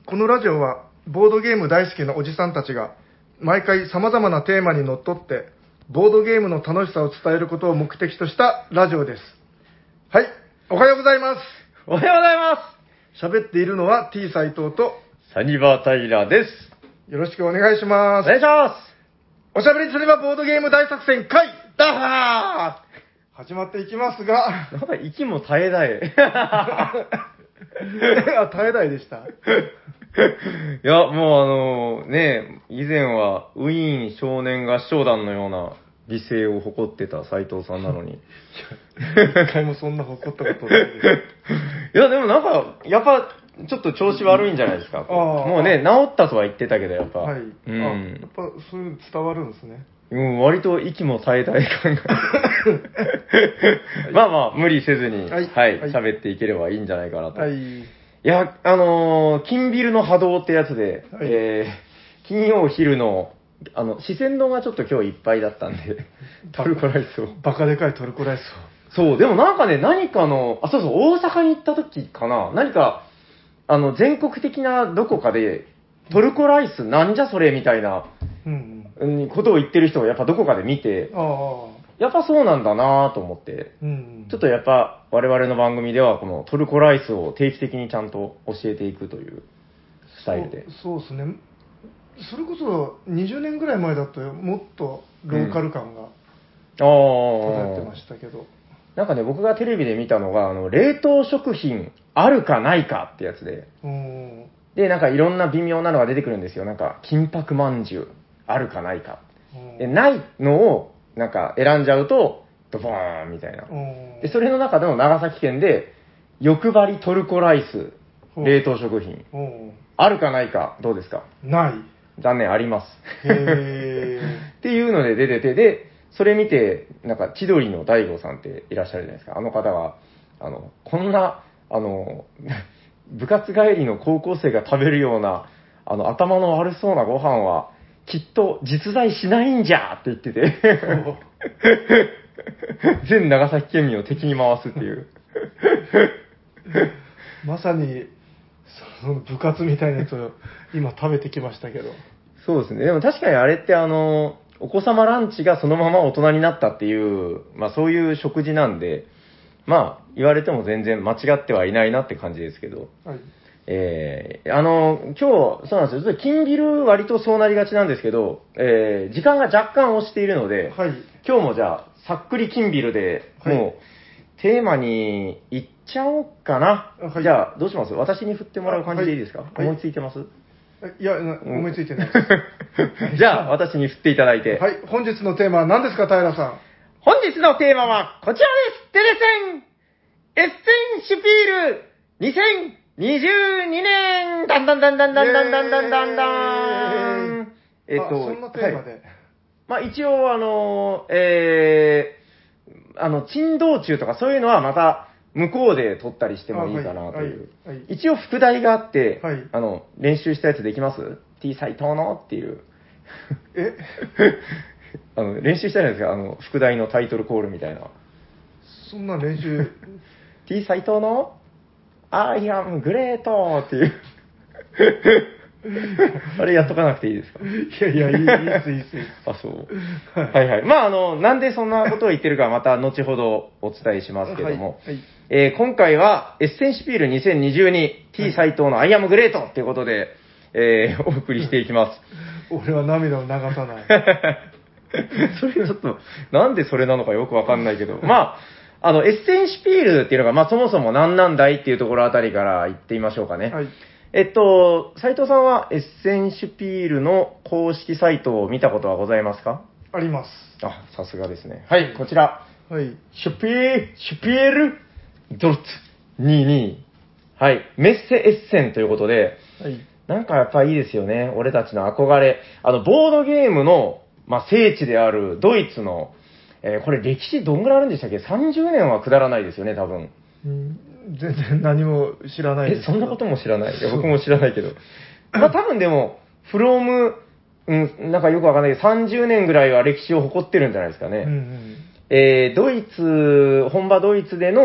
このラジオはボードゲーム大好きなおじさんたちが毎回様々なテーマにのっとってボードゲームの楽しさを伝えることを目的としたラジオです。はい、おはようございます。 おはようございま喋っているのは T 斎藤とす。サニバータイラーです。 よろしくお願いします。 お願いしまおしゃべりすればボードゲーム大作戦会ダッハー始まっていきますがす。なんか息も絶え絶え。 絶えないでした。 いや、もう以前はウィーン少年合唱団のような美声を誇ってた斉藤さんなのに。 一回もそんな誇ったことないです。 いや、でもなんか、やっぱ、ちょっと調子悪いんじゃないですか。もうね、治ったとは言ってたけど、やっぱ。 はい。 うん。 やっぱそういうの伝わるんですね。 うん、割と息も絶え絶え感が。まあまあ、無理せずに、はい、喋っていければいいんじゃないかなと。 はい。 いや、金ビルの波動ってやつで、 はい金曜昼の、四川堂がちょっと今日いっぱいだったんで、トルコライスを。 バカでかいトルコライスを。 そう、でもなんかね、何かの、そうそう、大阪に行った時かな、何か、全国的などこかで、トルコライスなんじゃそれみたいな、ことを言ってる人をやっぱどこかで見て、やっぱそうなんだなと思って、ちょっとやっぱ我々の番組ではこのトルコライスを定期的にちゃんと教えていくというスタイルで。 そうですね。それこそ20年ぐらい前だともっとローカル感が漂ってましたけど。 なんかね、僕がテレビで見たのが、冷凍食品あるかないかってやつで、で、なんかいろんな微妙なのが出てくるんですよ。なんか、金箔まんじゅう、あるかないか。で、ないのを、なんか選んじゃうと、ドボーンみたいな。で、それの中でも長崎県で、欲張りトルコライス、冷凍食品。あるかないか、どうですか？ ない。 残念、あります。 へー。 っていうので出てて、で、それ見て、なんか、千鳥の大悟さんっていらっしゃるじゃないですか。あの方が、こんな、部活帰りの高校生が食べるような、頭の悪そうなご飯は、きっと実在しないんじゃって言ってて、全長崎県民を敵に回すっていう。 まさに、その部活みたいなやつを今食べてきましたけど。 そうですね。でも確かにあれってお子様ランチがそのまま大人になったっていう、まあそういう食事なんで、まあ言われても全然間違ってはいないなって感じですけど。 はい。 今日、そうなんですよ。金ビル割とそうなりがちなんですけど、時間が若干押しているので、 はい。 今日もじゃあ、さっくり金ビルで、 はいもう、テーマに行っちゃおうかな。 はいじゃあ、どうします？私に振ってもらう感じでいいですか？ はい思いついてます？ いや、思いついてないです。 じゃあ、私に振っていただいて。 はい。本日のテーマは何ですか、平さん。 本日のテーマはこちらです。テレセンエッセンシュピール2022年ダンダンダンダンダンダンダンダンダンダンそんなテーマで。 はい、まあ一応珍道中とかそういうのはまた向こうで撮ったりしてもいいかなという。 はいはい、 一応副題があって、 はい、 練習したやつできます ?T 斎藤のっていう。練習したじゃないですか、副題のタイトルコールみたいな。 そんな練習。 T 斎藤の I am great っていう。あれやっとかなくていいですか？ いや、いいっす。 あ、そう。はいはい。まあ、なんでそんなことを言ってるかまた後ほどお伝えしますけども、今回はエッセンシピール2022 T 斎藤の I am great っていうことで、お送りしていきます。 俺は涙を流さない。 それちょっと、なんでそれなのかよくわかんないけど、まあ、エッセンシピールっていうのが、まあそもそも何なんだいっていうところあたりから言ってみましょうかね。 はい。 斉藤さんはエッセンシピールの公式サイトを見たことはございますか？ あります。 あ、さすがですね。はい、こちら。 はい。 シュピールドルツ22。はい、メッセエッセンということで、 はい。 なんかやっぱいいですよね。俺たちの憧れ。ボードゲームの、まあ、聖地であるドイツの、これ歴史どんぐらいあるんでしたっけ？ 30 年はくだらないですよね、多分。 全然何も知らないです。 そんなことも知らない。いや、僕も知らないけど。まあ多分でも、フローム、なんかよくわかんないけど、30年ぐらいは歴史を誇ってるんじゃないですかね。ドイツ、本場ドイツでの、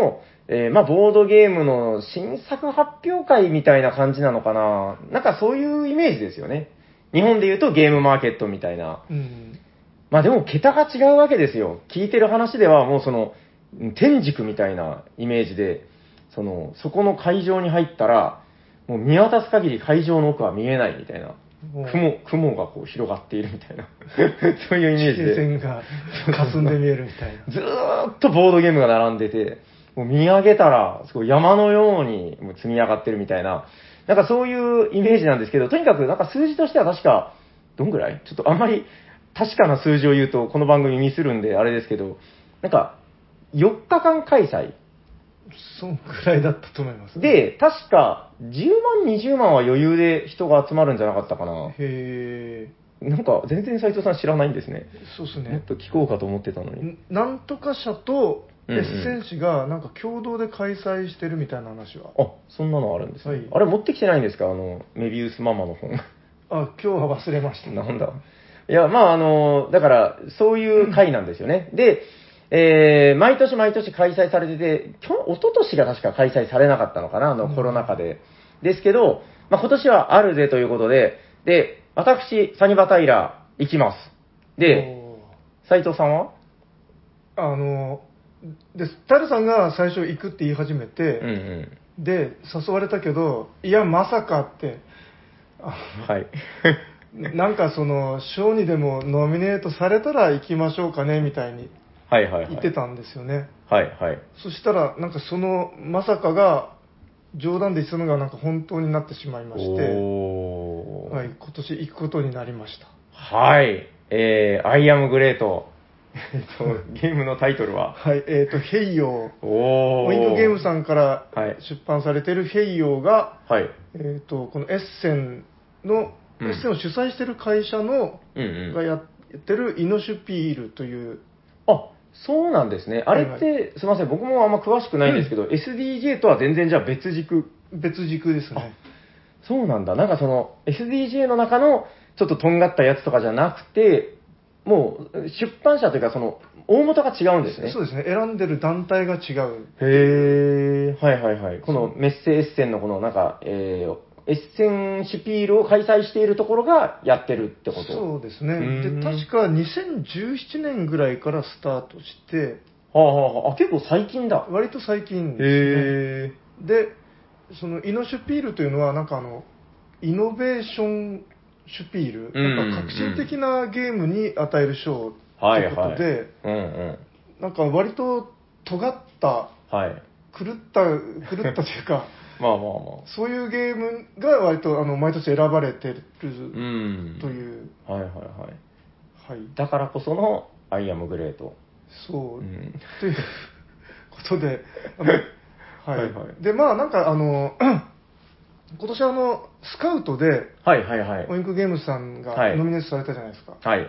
まあ、ボードゲームの新作発表会みたいな感じなのかな。なんかそういうイメージですよね。日本で言うとゲームマーケットみたいな。 うん。 まあでも桁が違うわけですよ。聞いてる話ではもうその、天竺みたいなイメージで、そこの会場に入ったら、もう見渡す限り会場の奥は見えないみたいな。雲がこう広がっているみたいな。そういうイメージで。 地平線が霞んで見えるみたいな。 ずーっとボードゲームが並んでて、もう見上げたら、すごい山のようにもう積み上がってるみたいな、なんかそういうイメージなんですけど、とにかくなんか数字としては確か、どんぐらいちょっとあんまり確かな数字を言うとこの番組ミスるんであれですけど、なんか4日間開催。 そんくらいだったと思います、 で、確か10万、20万は余裕で人が集まるんじゃなかったかな。 へなんか全然斉藤さん知らないんですね。 そうですね。 もっと聞こうかと思ってたのに。 なんとか社とエうんうんッセンシがなんか共同で開催してるみたいな話は。 あ、そんなのあるんですね。 はいあれ持ってきてないんですかメビウスママの本。 あ、今日は忘れました。 なんだ。いや、まあ、だから、そういう会なんですよね。で、毎年毎年開催されてて、一昨年が確か開催されなかったのかな、コロナ禍で。ですけど、まあ、今年はあるぜということで、で、私、サニバタイラ行きます。で、斉藤さんはで、タルさんが最初行くって言い始めて、 うんうん。 で、誘われたけど、いや、まさかって、 はい。 なんか賞にでもノミネートされたら行きましょうかね、みたいにはいはいはい。 言ってたんですよね。 はいはい。 そしたら、なんかまさかが、冗談で言ってたのがなんか本当になってしまいまして、はい、今年行くことになりました。 はい。アイアムグレート。ゲームのタイトルははい、ヘイヨー。 おウインクゲームさんからはい出版されているヘイヨーが、 はい。 このエッセンエッセンを主催している会社の、 うんうん。 がやってるイノシュピールという、 あ、そうなんですね。あれって、 はいはすみません、僕もあんま詳しくないんですけど、SDJ とは全然じゃあ別軸。 別軸ですね。 そうなんだ。なんかSDJ の中のちょっととんがったやつとかじゃなくて、もう出版社というか大元が違うんですね。 そうですね。選んでる団体が違う。 へー、はいはいはい。このメッセエッセンのなんか、エッセンシュピールを開催しているところがやってるってこと。 そうですね。 うーんで、確か2017年ぐらいからスタートして、 はあはあはあ、結構最近だ。 割と最近ですね。 へで、そのイノシュピールというのは、なんかイノベーションシュピール、なんか革新的なゲームに与える賞ということで、 うんうん。 なんか割と尖った、 はい。 狂ったというか、 まあまあまあ。 そういうゲームが割と毎年選ばれてるうん。 という、 はいはいはい。 はい、 だからこそのアイアムグレート。 そう、 うん、 ということで、はい、 はいはいで、まあなんか今年スカウトで、 はいはいはい。 オインクゲームズさんがはいノミネートされたじゃないですか。 はい。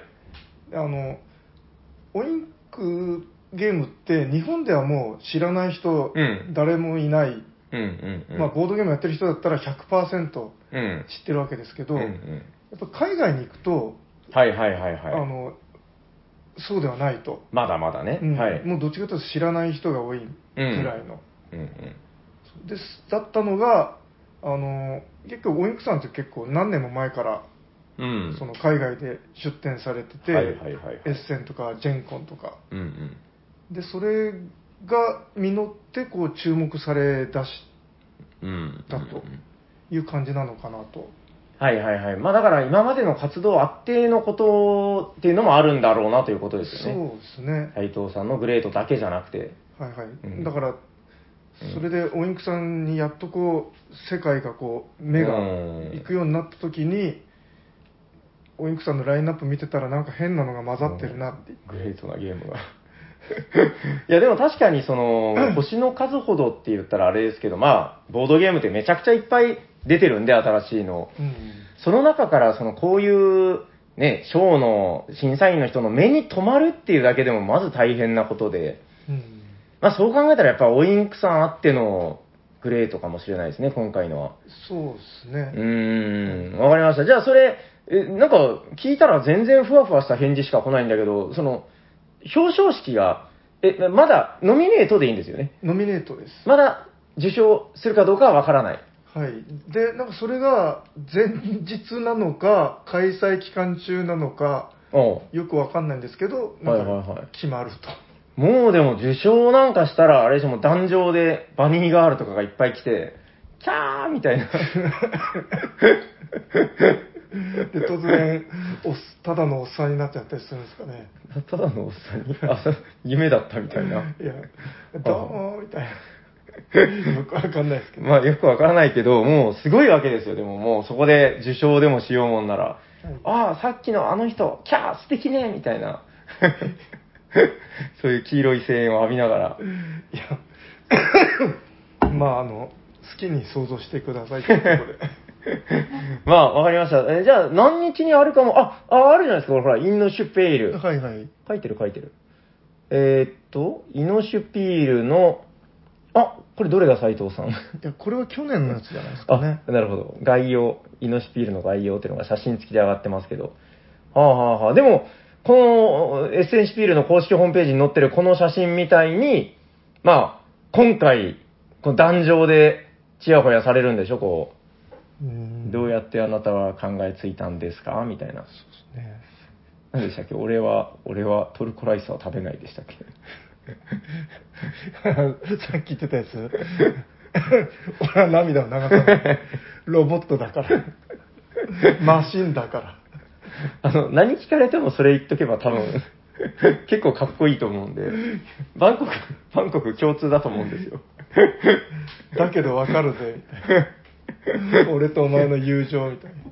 オインクゲームって日本ではもう知らない人、 うん誰もいない、 うんうんうん。 まあ、ボードゲームやってる人だったら 100% うん。 知ってるわけですけど、 うんうん。 やっぱ海外に行くと、 はいはいはいはい。 そうではないと、 まだまだね。 うんはい。 もうどっちかというと知らない人が多いぐらいの、 うんうん。 だったのが、結構オインクさんって結構何年も前からうん。 その海外で出展されてて、 はいはいはいはいエッセンとかジェンコンとかうんうん。 で、それが実ってこう注目されだしうん。 たという感じなのかなと。 はいはいはい。まあだから今までの活動あってのことっていうのもあるんだろうなということですよね。 そうですね。 斉藤さんのグレートだけじゃなくて。 はいはい。 うんだから、それでオインクさんにやっとこう、世界がこう、目が行くようになった時に、オインクさんのラインナップ見てたらなんか変なのが混ざってるなって。 グレートなゲームが。いやでも確かに星の数ほどって言ったらあれですけど、まあ、ボードゲームってめちゃくちゃいっぱい出てるんで、新しいの。 うん、 その中からこういうね、賞の審査員の人の目に留まるっていうだけでもまず大変なことで、 うんまあそう考えたらやっぱオインクさんあってのグレートかもしれないですね、今回のは。 そうですね。 わかりました。じゃあそれ、なんか聞いたら全然ふわふわした返事しか来ないんだけど、表彰式がまだノミネートでいいんですよね。 ノミネートです。 まだ受賞するかどうかはわからない。 はい。で、なんかそれが前日なのか、開催期間中なのか、よくわかんないんですけど、なんか決まると。 もうでも受賞なんかしたら、あれでしょ、もう壇上でバニーガールとかがいっぱい来て、キャーみたいな。 で、突然、ただのおっさんになっちゃったりするんですかね。 ただのおっさんに、夢だったみたいな。 いや、どうもみたいな。よくわかんないですけど。 まあよくわからないけど、もうすごいわけですよ。でももうそこで受賞でもしようもんなら、はい、ああ、さっきのあの人、キャー素敵ねみたいな。そういう黄色い声援を浴びながら。 いや、まあ好きに想像してくださいということで。 まあ、わかりました。じゃあ、何日にあるかも、あるじゃないですか、ほら、イノシュピール。 はいはい。 書いてる。イノシュピールの、これどれだ、斉藤さん。いや、これは去年のやつじゃないですかね。 なるほど。概要、イノシュピールの概要っていうのが写真付きで上がってますけど。でも、このエッセンシュピールの公式ホームページに載ってるこの写真みたいに、まあ、今回、この壇上でチヤホヤされるんでしょ、こう。どうやってあなたは考えついたんですかみたいな。そうですね。何でしたっけ、俺はトルコライスは食べないでしたっけ。 さっき言ってたやつ。俺は涙を流さない。ロボットだから。マシンだから。 何聞かれてもそれ言っとけば多分、結構かっこいいと思うんで、バンコク共通だと思うんですよ。 だけどわかるぜ、みたいな。俺とお前の友情みたいな。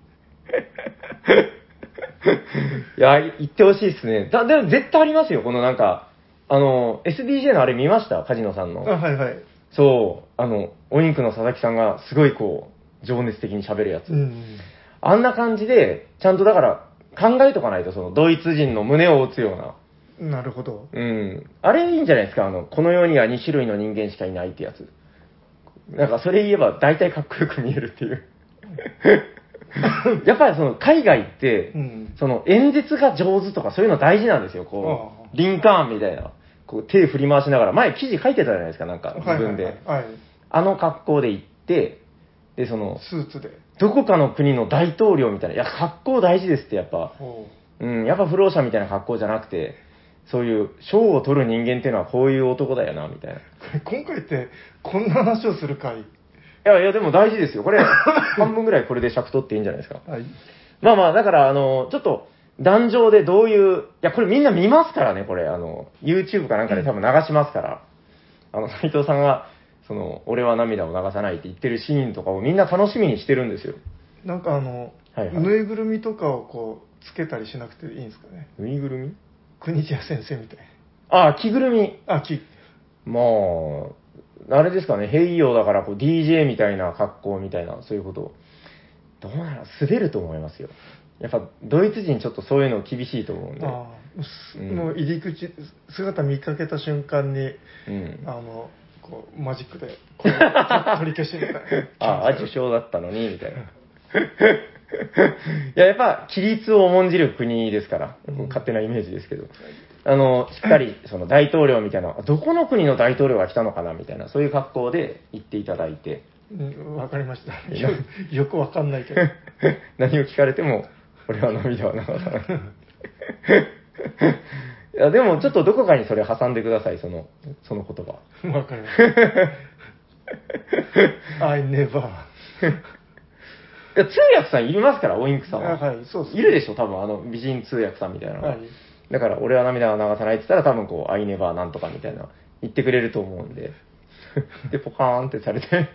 いや、言ってほしいっすね。でも絶対ありますよ、このなんか、SDJ のあれ見ました梶野さんの。 はいはい。 そう、おインクの佐々木さんがすごいこう、情熱的に喋るやつ。あんな感じで、ちゃんとだから考えとかないと、そのドイツ人の胸を打つような。なるほど。 あれいいんじゃないですか、この世には2種類の人間しかいないってやつ。なんかそれ言えば大体かっこよく見えるっていう。やっぱりその海外って、その演説が上手とかそういうの大事なんですよ。こう、リンカーンみたいな。こう手振り回しながら、前記事書いてたじゃないですか、なんか自分で。あの格好で行って、で、その、 スーツで。 どこかの国の大統領みたいな、いや、格好大事ですって、やっぱ。やっぱ不老者みたいな格好じゃなくて、そういう賞を取る人間っていうのはこういう男だよな、みたいな。 今回ってこんな話をする回。 いや、でも大事ですよ。これ、半分ぐらいこれで尺取っていいんじゃないですか。 はい。 まあ、だから、ちょっと、壇上でどういう、いや、これみんな見ますからね、これ、YouTube かなんかで多分流しますから、斉藤さんが、俺は涙を流さないって言ってるシーンとかをみんな楽しみにしてるんですよ。 なんかぬいぐるみとかをこう、つけたりしなくていいんですかね。 ぬいぐるみ？ 国千谷先生みたいな。着ぐるみ。まあ、あれですかね、ヘイヨーだからこう DJ みたいな格好みたいな、そういうこと。どうなら滑ると思いますよ。やっぱドイツ人ちょっとそういうの厳しいと思うんで。 もう入り口、姿見かけた瞬間に、こうマジックでこう取り消しみたいな。 受賞だったのに、みたいな。やっぱ、規律を重んじる国ですから、勝手なイメージですけど。しっかり、その大統領みたいな、どこの国の大統領が来たのかな、みたいな、そういう格好で行っていただいて。 わかりました。よくわかんないけど。 何を聞かれても、俺は涙は流さない。いや、でも、ちょっとどこかにそれ挟んでください、その言葉。 わかりました。I never. いや、通訳さんいりますから、オインクさんは。 はい、そうです。 いるでしょ、多分、美人通訳さんみたいなのが。はい。だから、俺は涙を流さないって言ったら、多分こう、I never なんとかみたいな、言ってくれると思うんで。で、ポカーンってされて。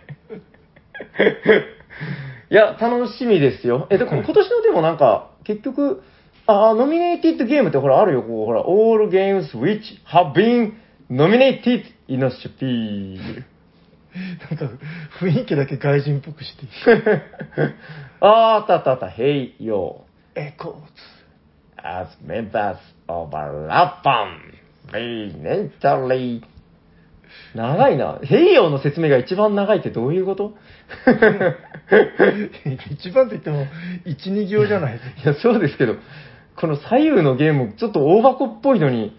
いや、楽しみですよ。今年のでもなんか、結局、ノミネーティッドゲームってほら、あるよ、こう、ほら、all games which have been nominated in a Spiel。 なんか、雰囲気だけ外人っぽくしていい。 あった。Hey, yo. Echoes. As members of a Lapam, we naturally. 長いな。Hey, yo の説明が一番長いってどういうこと？ 一番って言っても、1、2行じゃないですか。 いや、そうですけど、この左右のゲーム、ちょっと大箱っぽいのに、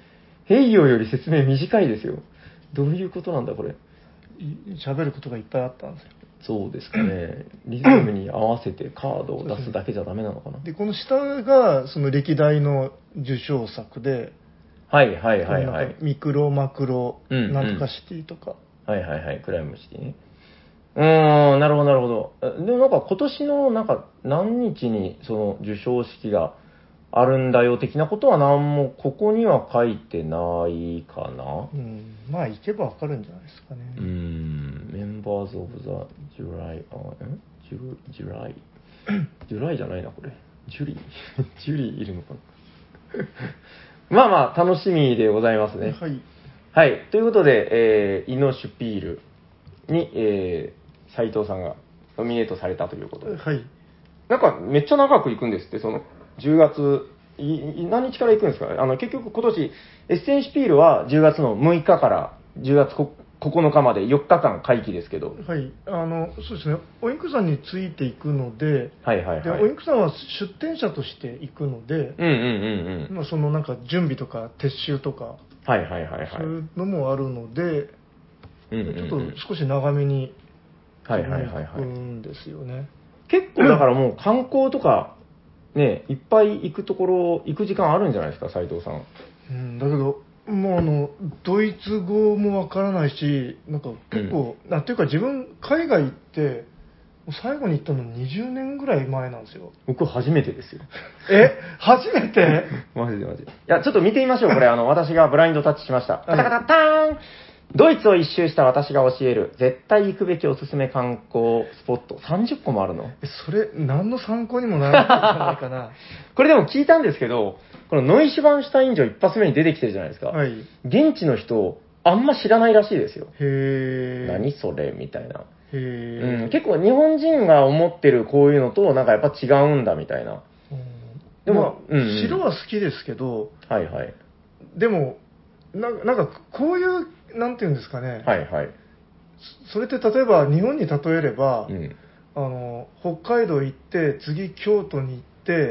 ヘイヨーより説明短いですよ。どういうことなんだ、これ。 喋ることがいっぱいあったんですよ。 そうですかね。リズムに合わせてカードを出すだけじゃダメなのかな。 で、この下が、その歴代の受賞作で、 はいはいはいなんかはい。 ミクロ、マクロ、 うんうんなんとかシティとか。 はいはいはい。クライムシティね。なるほどなるほど。でもなんか今年のなんか何日にその授賞式があるんだよ的なことは何もここには書いてないかな。 まあ、行けばわかるんじゃないですかね。 メンバーズ・オブ・ザ・ジュライ、ジュライ、ジュライじゃないな、これ。ジュリージュリーいるのかなまあまあ、楽しみでございますね。 はい。 はい。ということで、イノシュピールに、斉藤さんがノミネートされたということで。 はい。 なんか、めっちゃ長く行くんですって、その、10月、何日から行くんですか？結局今年、エッセンシュピールは10月の6日から10月9日まで4日間会期ですけど。 はい。そうですね。おインクさんについていくので、 はいはいはい。 で、おインクさんは出展者として行くので、まあ、そのなんか準備とか撤収とか、 はいはいはいはい。 そういうのもあるので、 うんうんうんちょっと少し長めにはいはいはいはい。 行くんですよね。 結構だからもう観光とか、ね、いっぱい行くところ、行く時間あるんじゃないですか、斉藤さん。 だけど、もうドイツ語もわからないし、なんか結構、なんていうか自分、海外行って、最後に行ったの20年ぐらい前なんですよ。 僕初めてですよ。 初めてマジでマジで。いや、ちょっと見てみましょう、これ。私がブラインドタッチしました。カタカタターンドイツを一周した私が教える、絶対行くべきおすすめ観光スポット。30個もあるのそれ、何の参考にもならないんじゃないかな。 これでも聞いたんですけど、このノイシュバンシュタイン城一発目に出てきてるじゃないですか。 はい。 現地の人、あんま知らないらしいですよ。 へー。 何それみたいな。 へー。 結構日本人が思ってるこういうのと、なんかやっぱ違うんだみたいな。 でも、城は好きですけど、 はいはい。 でも、なんかこういう、なんていうんですかね、 はいはい。 それって例えば日本に例えれば、 うん。 北海道行って、次京都に行って、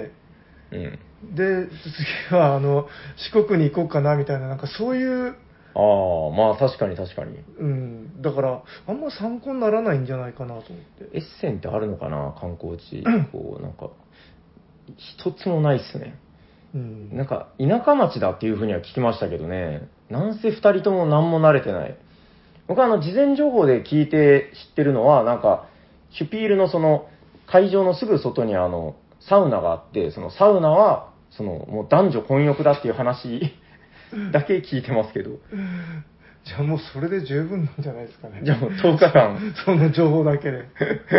うん。 で、次は四国に行こうかなみたいな、なんかそういう、 ああ、まあ確かに確かに。 だから、あんま参考にならないんじゃないかなと思って。 エッセンってあるのかな、観光地。こう、なんか、一つもないっすね。なんか、田舎町だっていうふうには聞きましたけどね、なんせ二人とも何も慣れてない。僕は事前情報で聞いて知ってるのは、なんか、シュピールのその、会場のすぐ外にサウナがあって、そのサウナは、もう男女混浴だっていう話だけ聞いてますけど。 じゃあもうそれで十分なんじゃないですかね。 じゃあもう10日間。 その情報だけで。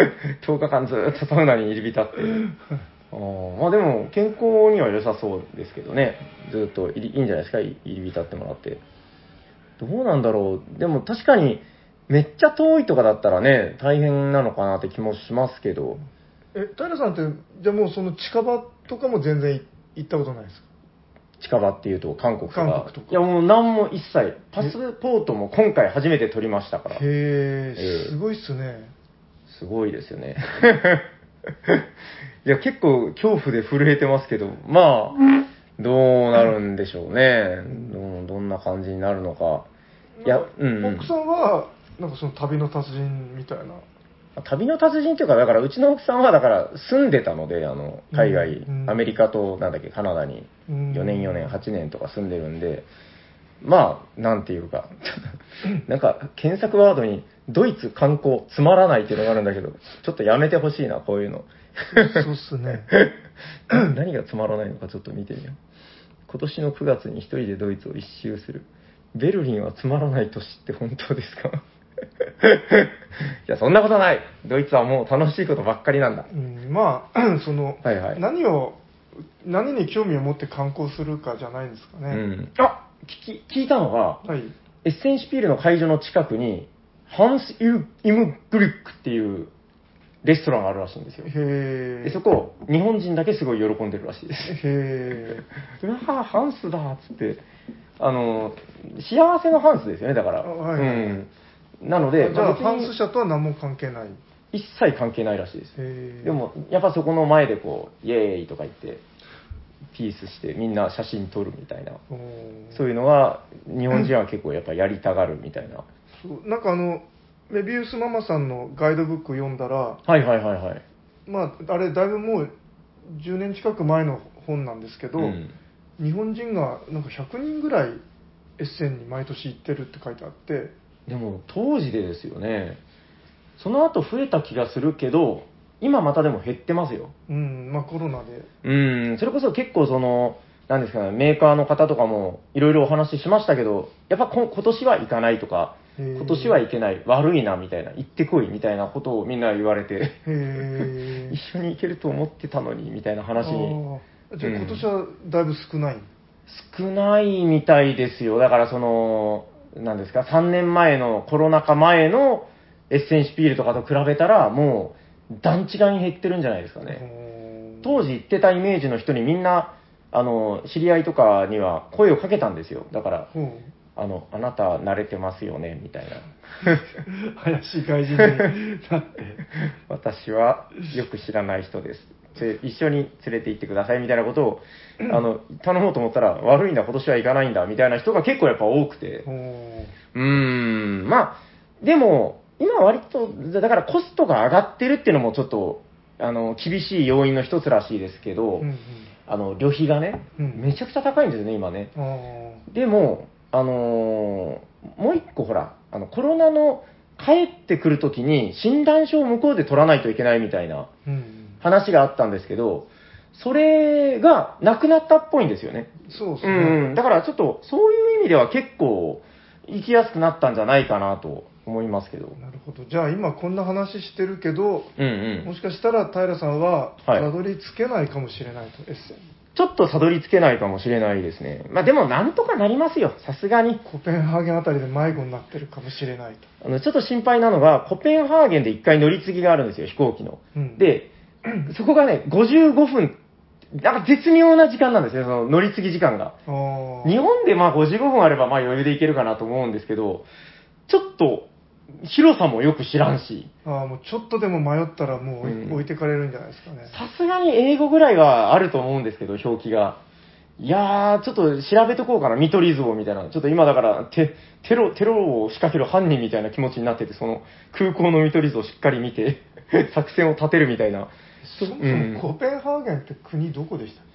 10日間ずっとサウナに入り浸って。まあでも、健康には良さそうですけどね。ずっといいんじゃないですか、入り浸ってもらって。どうなんだろう。でも確かに、めっちゃ遠いとかだったらね、大変なのかなって気もしますけど。 平さんって、じゃあもうその近場とかも全然行ったことないですか？ 近場っていうと韓国とか。 韓国とか。 いやもう何も一切、パスポートも今回初めて取りましたから。 すごいっすね。 すごいですよね。いや、結構恐怖で震えてますけど、まあ、どうなるんでしょうね。どんな感じになるのか。いや、 奥さんは、なんかその旅の達人みたいな。 旅の達人っていうか、だからうちの奥さんはだから住んでたので、海外、アメリカとなんだっけ、カナダに4年、8年とか住んでるんで、まあ、なんていうか、なんか検索ワードにドイツ観光つまらないっていうのがあるんだけど、ちょっとやめてほしいな、こういうの。 そうっすね。 何がつまらないのかちょっと見てみよう。今年の9月に一人でドイツを一周する。ベルリンはつまらない都市って本当ですか？いや、そんなことない。ドイツはもう楽しいことばっかりなんだ。 まあ、 はいはい、 何に興味を持って観光するかじゃないんですかね。 聞いたのが、 はい、 エッセンシュピールの会場の近くに、ハンス・イム・グリックっていうレストランがあるらしいんですよ。でそこ、日本人だけすごい喜んでるらしいです。うわぁ、ハンスだっつって。幸せのハンスですよね、だから。なので、 じゃあ、ハンス社とは何も関係ない？ 一切関係ないらしいです。でも、やっぱそこの前でこう、イエーイとか言って。 ピースしてみんな写真撮るみたいな、そういうのが日本人は結構やっぱやりたがるみたいな。 そうなんかメビウスママさんのガイドブック読んだら、 はいはいはいはい。 まあ、あれだいぶもう10年近く前の本なんですけど、日本人がなんか100人ぐらいエッセンに毎年行ってるって書いてあって。 でも当時でですよね。その後増えた気がするけど、今またでも減ってますよ。 まあコロナで。 それこそ結構なんですかね、メーカーの方とかもいろいろお話ししましたけど、やっぱ今年は行かないとか、今年は行けない、悪いなみたいな、行ってこいみたいなことをみんな言われて、一緒に行けると思ってたのにみたいな話に。 じゃあ今年はだいぶ少ない、 少ないみたいですよ。だからなんですか、3年前のコロナ禍前のエッセンシュピールとかと比べたら、もう段違いに減ってるんじゃないですかね。当時行ってたイメージの人にみんな、知り合いとかには声をかけたんですよ。だから、あなた慣れてますよね、みたいな。 怪しい外人になって。 私はよく知らない人です。一緒に連れて行ってくださいみたいなことを頼もうと思ったら、悪いんだ、今年は行かないんだみたいな人が結構やっぱ多くて。まあ、でも、今割と、だからコストが上がってるっていうのもちょっと、厳しい要因の一つらしいですけど、旅費がね、めちゃくちゃ高いんですよね、今ね。でも、もう一個ほら、コロナの帰ってくるときに診断書を向こうで取らないといけないみたいな話があったんですけど、それがなくなったっぽいんですよね。 そうですね。 だからちょっとそういう意味では結構行きやすくなったんじゃないかなと思いますけど。 なるほど。じゃあ今こんな話してるけど、もしかしたら平さんはたどり着けないかもしれないと、エッセン。 ちょっとたどり着けないかもしれないですね。まあでもなんとかなりますよ、さすがに。 コペンハーゲンあたりで迷子になってるかもしれないと。ちょっと心配なのが、コペンハーゲンで一回乗り継ぎがあるんですよ、飛行機の。で、そこがね、55分、なんか絶妙な時間なんですね、その乗り継ぎ時間が。日本でまあ55分あればまあ余裕で行けるかなと思うんですけど、ちょっと広さもよく知らんし。 もうちょっとでも迷ったらもう置いてかれるんじゃないですかね。 さすがに英語ぐらいはあると思うんですけど、表記が。いやー、ちょっと調べとこうかな、見取り図をみたいな。ちょっと今だから、テロを仕掛ける犯人みたいな気持ちになってて、その空港の見取り図をしっかり見て、作戦を立てるみたいな。 そもそもコペンハーゲンって国どこでしたっ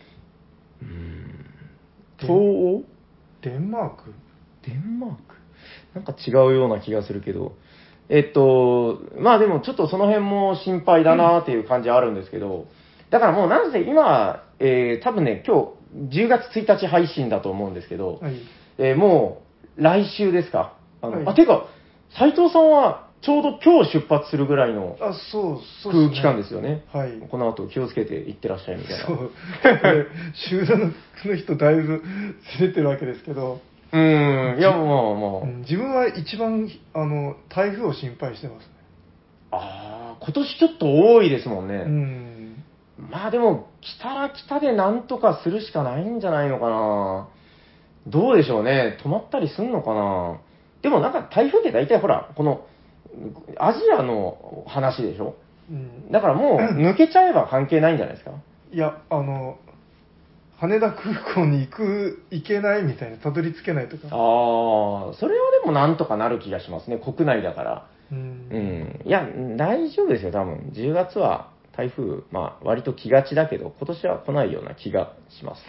け？ 東欧？ デンマーク？ デンマークなんか違うような気がするけど。まあでもちょっとその辺も心配だなっていう感じはあるんですけど、だからもうなんせ今、多分ね、今日10月1日配信だと思うんですけど、もう来週ですか。てか、斉藤さんはちょうど今日出発するぐらいの空気感ですよね。この後気をつけて行ってらっしゃいみたいな。そう。 集団の人だいぶ連れてるわけですけど、 いや、まあ。 自分は一番、台風を心配してますね。 今年ちょっと多いですもんね。まあでも、来たら来たでなんとかするしかないんじゃないのかな。どうでしょうね。止まったりすんのかな。でもなんか台風って大体ほら、この、アジアの話でしょ。だからもう抜けちゃえば関係ないんじゃないですか。 いや、羽田空港に行けないみたいな、たどり着けないとか。 それはでもなんとかなる気がしますね、国内だから。いや、大丈夫ですよ、多分。10月は台風、まあ、割と来がちだけど、今年は来ないような気がします。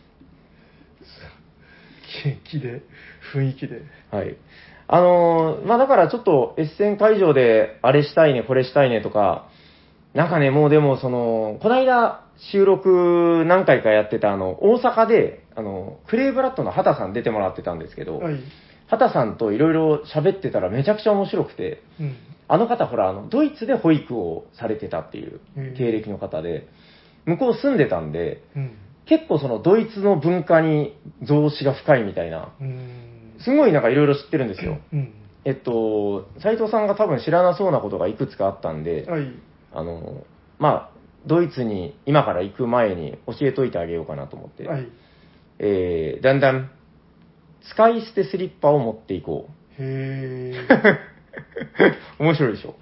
雰囲気で。 はい。まあ、だからちょっと、エッセン会場で、あれしたいね、これしたいねとか、なんかね、もうでも、この間、収録何回かやってた、大阪で、クレイブラッドの畑さん出てもらってたんですけど、畑さんといろいろ喋ってたらめちゃくちゃ面白くて、あの方、ほら、ドイツで保育をされてたっていう経歴の方で、向こう住んでたんで、結構そのドイツの文化に増資が深いみたいな、すごいなんかいろいろ知ってるんですよ。斉藤さんが多分知らなそうなことがいくつかあったんで、まあ、ドイツに今から行く前に教えといてあげようかなと思って、だんだん使い捨てスリッパを持っていこう。面白いでしょ。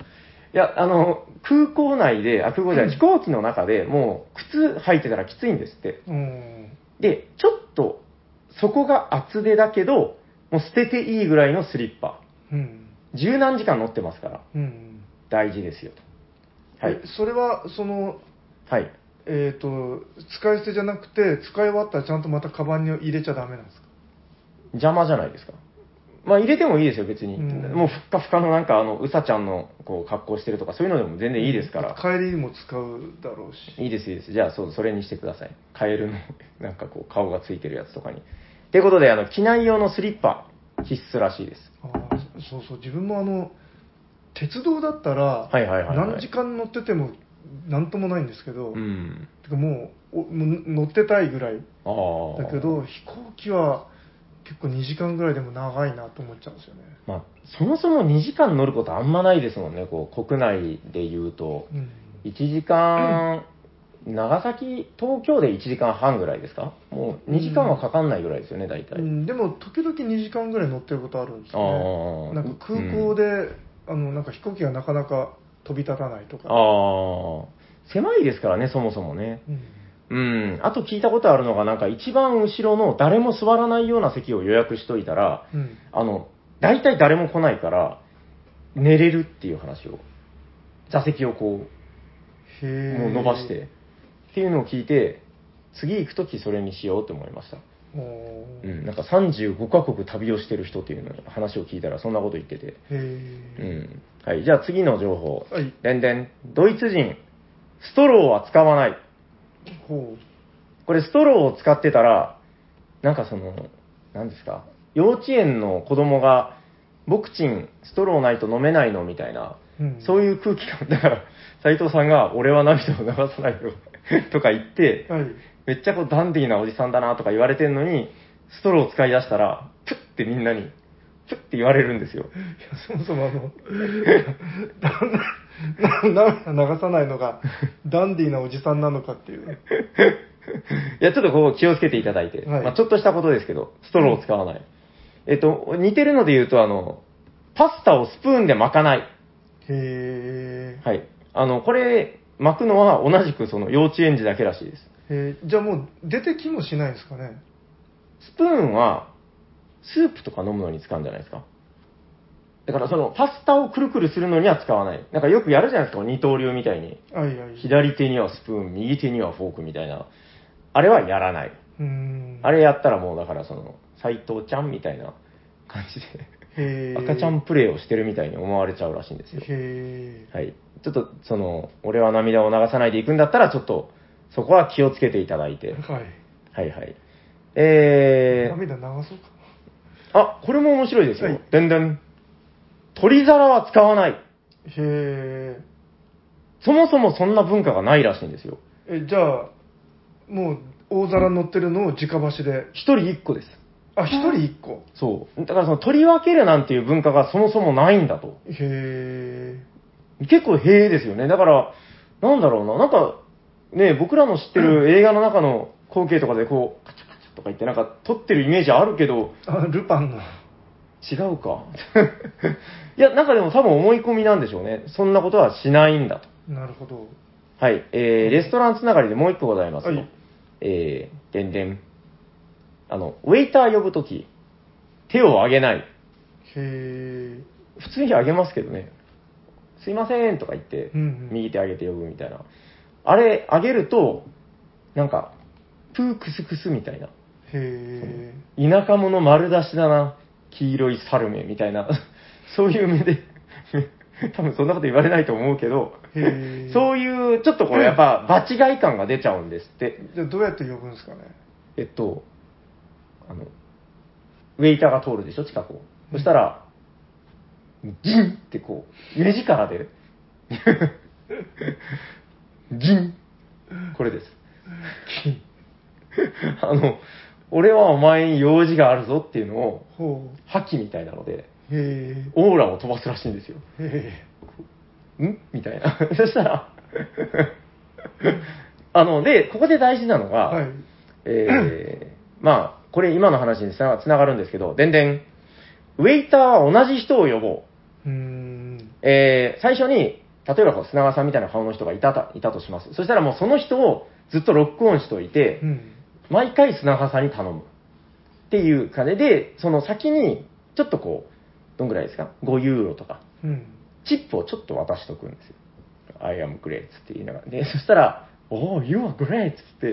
いや、空港内で、空港じゃない、飛行機の中でもう靴履いてたらきついんですって。で、ちょっと、そこが厚手だけど、もう捨てていいぐらいのスリッパ。十何時間乗ってますから、大事ですよと。はい。 それは、 はい。 使い捨てじゃなくて、使い終わったらちゃんとまたカバンに入れちゃダメなんですか？ 邪魔じゃないですか。まあ入れてもいいですよ、別に。もうふっかふかのなんかうさちゃんのこう格好してるとか、そういうのでも全然いいですから。 帰りにも使うだろうし。 いいです、いいです。じゃあ、それにしてください。カエルのなんかこう顔がついてるやつとかに。っていうことで、機内用のスリッパ、必須らしいです。 そうそう、自分も鉄道だったら、何時間乗っててもなんともないんですけど、てかもう乗ってたいぐらいだけど、飛行機は結構2時間ぐらいでも長いなと思っちゃうんですよね。 まあ、そもそも2時間乗ることあんまないですもんね、こう国内で言うと。1時間、長崎、東京で1時間半ぐらいですか？もう2時間はかかんないぐらいですよね、大体。 でも、時々2時間ぐらい乗ってることあるんですよね。なんか空港で、なんか飛行機がなかなか飛び立たないとか。 狭いですからね、そもそもね。あと聞いたことあるのが、なんか一番後ろの誰も座らないような席を予約しといたら、大体誰も来ないから、寝れるっていう話を。座席をこう、もう伸ばして。っていうのを聞いて、次行くときそれにしようと思いました。なんか35カ国旅をしてる人っていうの話を聞いたらそんなこと言ってて。はい、じゃあ次の情報。でんでん。ドイツ人、ストローは使わない。これストローを使ってたら、なんか何ですか、幼稚園の子供が、僕ちん、ストローないと飲めないのみたいな、そういう空気感。だから、斉藤さんが、俺は涙を流さないよとか言って、めっちゃこうダンディーなおじさんだなとか言われてんのに、ストローを使い出したら、プッってみんなに、プッって言われるんですよ。 いや、そもそも涙流さないのが、ダンディーなおじさんなのかっていう。 いや、ちょっとこう気をつけていただいて、まあ、ちょっとしたことですけど、ストローを使わない。似てるので言うと、パスタをスプーンで巻かない。はい。これ、巻くのは同じくその幼稚園児だけらしいです。 じゃあもう出てきもしないんですかね。 スプーンは、スープとか飲むのに使うんじゃないですか。だからパスタをくるくるするのには使わない。なんかよくやるじゃないですか、二刀流みたいに。左手にはスプーン、右手にはフォークみたいな。あれはやらない。あれやったらもうだから斎藤ちゃんみたいな感じで、赤ちゃんプレイをしてるみたいに思われちゃうらしいんですよ。はい。ちょっと俺は涙を流さないでいくんだったら、ちょっと、そこは気をつけていただいて。はいはい。 涙流そうか。 これも面白いですよ。でんでん。取り皿は使わない。そもそもそんな文化がないらしいんですよ。 じゃあ、もう大皿乗ってるのを直箸で。 一人一個です。 一人一個。 そう。だから取り分けるなんていう文化がそもそもないんだと。結構ですよね。だから、なんだろうな。なんか、ね、僕らの知ってる映画の中の光景とかでこう、カチャカチャとか言ってなんか撮ってるイメージあるけど。 ルパンの。 違うか。いや、なんかでも多分思い込みなんでしょうね。そんなことはしないんだと。 なるほど。 はい。レストランつながりでもう一個ございますよ。でんでん。ウェイター呼ぶとき、手を挙げない。普通に挙げますけどね。すいませんとか言って、右手上げて呼ぶみたいな。あれ、上げると、なんか、プークスクスみたいな。田舎者丸出しだな。黄色いサルメみたいな、そういう目で、多分そんなこと言われないと思うけど、そういう、ちょっとこれやっぱ、場違い感が出ちゃうんですって。 じゃあどうやって呼ぶんですかね。 ウェイターが通るでしょ、近くを。そしたら、ギンってこう、目力で、ギン。これです。ギン。俺はお前に用事があるぞっていうのを、覇気みたいなので、オーラを飛ばすらしいんですよ。んみたいな。そしたら、で、ここで大事なのが、まあ、これ今の話につながるんですけど、でんでん、ウェイターは同じ人を呼ぼう。最初に、 例えばこう砂川さんみたいな顔の人がいたとします。そしたらもうその人をずっとロックオンしといて、毎回砂川さんに頼む。っていう感じで、その先に、ちょっとこう、どんぐらいですか ?5 ユーロとか、チップをちょっと渡しとくんですよ。I am great って言いながら。で、そしたら、Oh, you are great って、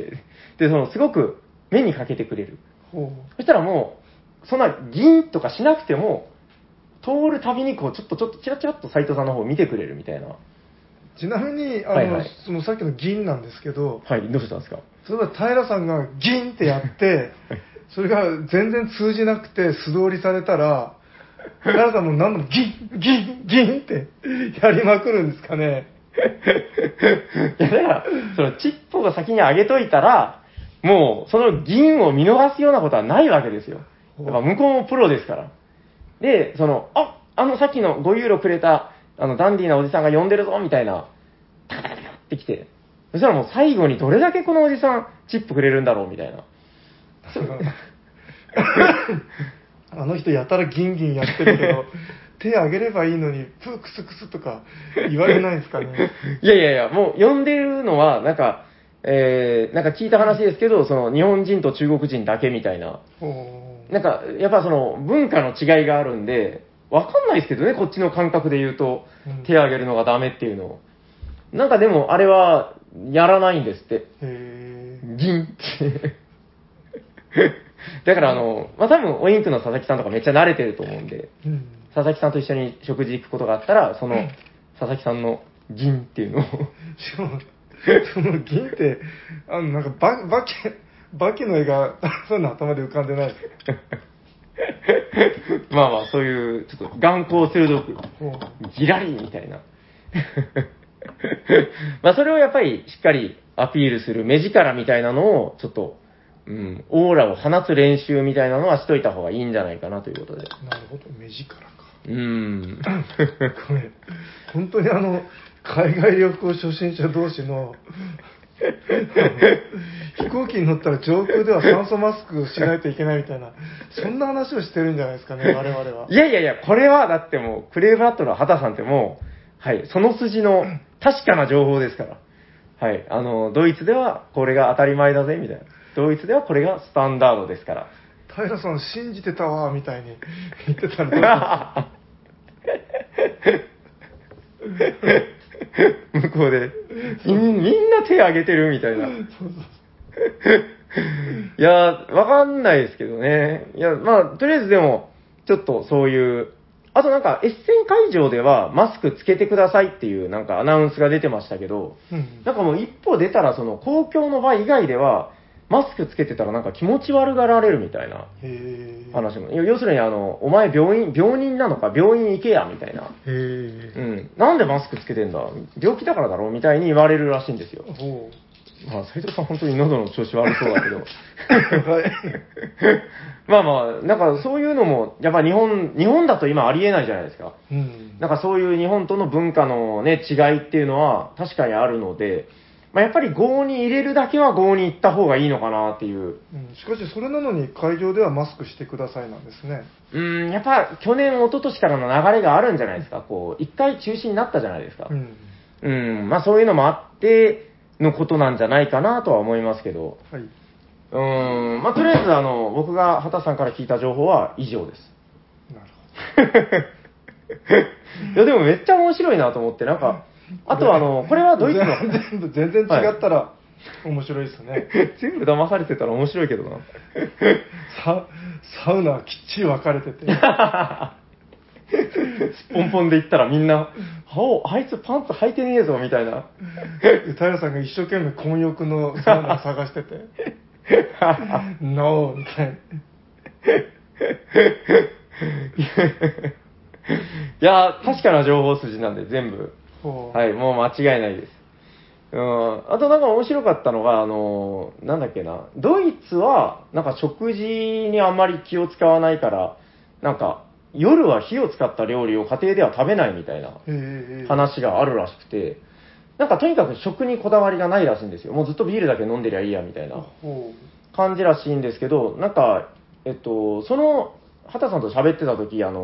で、すごく目にかけてくれる。そしたらもう、そんなギンとかしなくても、通るたびにこう、ちょっとチラチラっと斉藤さんの方を見てくれるみたいな。 ちなみに、 はいはい、 そのさっきの銀なんですけど、 はい、どうしたんですか？ 例えば平さんが銀ってやって、それが全然通じなくて素通りされたら、平さんも何度も銀ってやりまくるんですかね。 いや、だから、そのチップを先に上げといたら、もう、その銀を見逃すようなことはないわけですよ。やっぱ向こうもプロですから。で、さっきの5ユーロくれた、ダンディーなおじさんが呼んでるぞ、みたいな、タカタカタカってきて、そしたらもう最後にどれだけこのおじさん、チップくれるんだろう、みたいな。 あの人やたらギンギンやってるけど、手あげればいいのに、プークスクスとか言われないんですかね。 いや、もう呼んでるのは、なんか聞いた話ですけど、その日本人と中国人だけみたいな。なんか、やっぱその文化の違いがあるんで、わかんないですけどね、こっちの感覚で言うと、手あげるのがダメっていうのを。なんかでも、あれは、やらないんですって。ギンって。だから多分、オインクの佐々木さんとかめっちゃ慣れてると思うんで、佐々木さんと一緒に食事行くことがあったら、その、佐々木さんのギンっていうのを。 しかも、その銀って、なんかバキの絵が、そういうの頭で浮かんでないです。 まあ、そういう、ちょっと眼光鋭く、ギラリみたいな。まあ、それをやっぱりしっかりアピールする目力みたいなのを、ちょっと、オーラを放つ練習みたいなのはしといた方がいいんじゃないかなということで。 なるほど、目力か。 これ、本当に海外旅行初心者同士の、飛行機に乗ったら上空では酸素マスクしないといけないみたいな、そんな話をしてるんじゃないですかね、我々は。 いや、これはだってもう、クレイブラッドの畑さんってもう、はい、その筋の確かな情報ですから。はい、ドイツではこれが当たり前だぜ、みたいな。ドイツではこれがスタンダードですから。 平さん信じてたわ、みたいに言ってたらどう向こうでみんな手挙げてるみたいな。いや、わかんないですけどね。いや、まあ、とりあえずでも、ちょっとそういう、あとなんか、エッセン会場ではマスクつけてくださいっていうなんかアナウンスが出てましたけど、なんかもう一歩出たらその公共の場以外では、マスクつけてたらなんか気持ち悪がられるみたいな話も。要するにお前病人なのか病院行けやみたいな。なんでマスクつけてんだ病気だからだろみたいに言われるらしいんですよ。まあ、斉藤さん本当に喉の調子悪そうだけど。まあ、なんかそういうのも、やっぱ日本だと今ありえないじゃないですか。なんかそういう日本との文化のね、違いっていうのは確かにあるので、まあ、やっぱり郷に入れるだけは郷に行った方がいいのかなっていう。 しかしそれなのに会場ではマスクしてくださいなんですね。 やっぱ去年、一昨年からの流れがあるんじゃないですか。こう、一回中止になったじゃないですか。まあそういうのもあってのことなんじゃないかなとは思いますけど。 はい。 まあとりあえず僕が畑さんから聞いた情報は以上です。 なるほど。 いやでもめっちゃ面白いなと思って、なんか、あとこれはドイツの。 全然違ったら面白いですね。 全部騙されてたら面白いけどな。 サウナはきっちり分かれてて。 スポンポンで行ったらみんな、あいつパンツ履いてねえぞみたいな。 平さんが一生懸命混浴のサウナを探してて。ノーみたいな。 いや、確かな情報筋なんで全部。はい、もう間違いないです。あとなんか面白かったのが、なんだっけな、ドイツは、なんか食事にあんまり気を使わないから、なんか、夜は火を使った料理を家庭では食べないみたいな話があるらしくて、なんかとにかく食にこだわりがないらしいんですよ。もうずっとビールだけ飲んでりゃいいやみたいな感じらしいんですけど、なんか、その、畑さんと喋ってた時、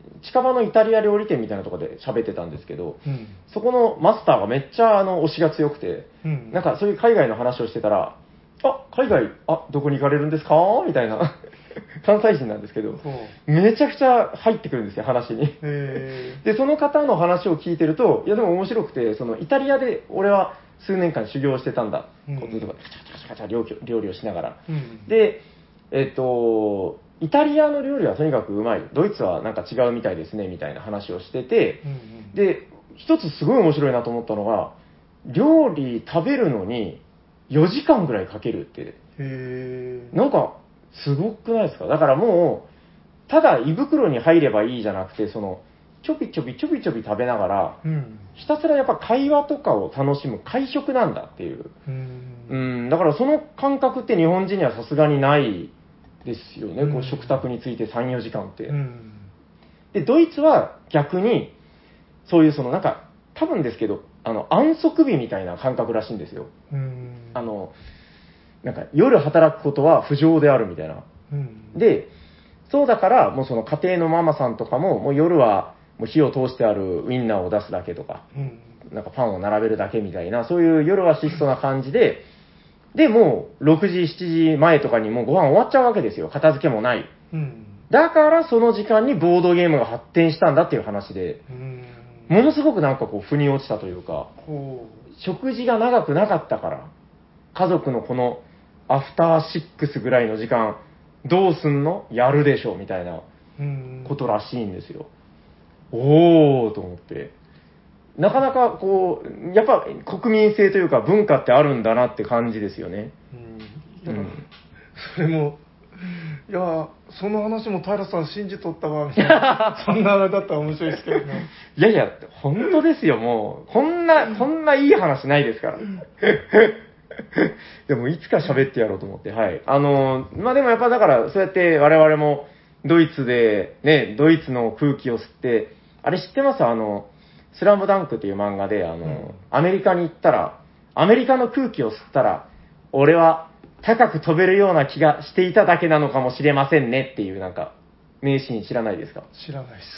近場のイタリア料理店みたいなところで喋ってたんですけど、 うん。 そこのマスターがめっちゃ推しが強くて、 うん。 なんかそういう海外の話をしてたら、海外、どこに行かれるんですかみたいな、関西人なんですけど、 ほめちゃくちゃ入ってくるんですよ、話に。 へで、その方の話を聞いてると、いやでも面白くて、そのイタリアで俺は数年間修行してたんだ。 うんこう例えば、カチャカチャカチャ料理をしながら。 うん。 で、イタリアの料理はとにかくうまい。ドイツはなんか違うみたいですね、みたいな話をしてて、 うんうん。 で、一つすごい面白いなと思ったのが、料理食べるのに4時間ぐらいかけるって。 へなんか、すごくないですか？だからもう、ただ胃袋に入ればいいじゃなくて、その、ちょびちょびちょびちょび食べながら、 うん。 ひたすらやっぱ会話とかを楽しむ会食なんだっていう。だからその感覚って日本人にはさすがにないですよね。こう食卓について3、4時間って。 うん。 で、ドイツは逆に、そういうそのなんか、多分ですけど、安息日みたいな感覚らしいんですよ。 うん。 なんか夜働くことは不浄であるみたいな。 うん。 で、そうだから、もうその家庭のママさんとかも、もう夜はもう火を通してあるウインナーを出すだけとか、 うん。 なんかパンを並べるだけみたいな、そういう夜は質素な感じで、で、もう6時、7時前とかにもうご飯終わっちゃうわけですよ。片付けもない。 うん。 だからその時間にボードゲームが発展したんだっていう話で、ものすごくなんかこう腑に落ちたというか、 ほ食事が長くなかったから、家族のこのアフターシックスぐらいの時間、どうすんの？やるでしょみたいなう。うん。 ことらしいんですよ。おーと思って。なかなかこう、やっぱ国民性というか文化ってあるんだなって感じですよね。 いや、それも、いや、その話も平さん信じとったわ、みたいな。そんなあれだったら面白いですけどね。 いやいや、本当ですよ、もう。こんないい話ないですから。でも、いつか喋ってやろうと思って、はい。まあ、でもやっぱだから、そうやって我々もドイツで、ね、ドイツの空気を吸って、あれ知ってます？スラムダンクっていう漫画で、アメリカに行ったら、アメリカの空気を吸ったら、俺は高く飛べるような気がしていただけなのかもしれませんねっていうなんか、名シーン知らないですか？ 知らないです。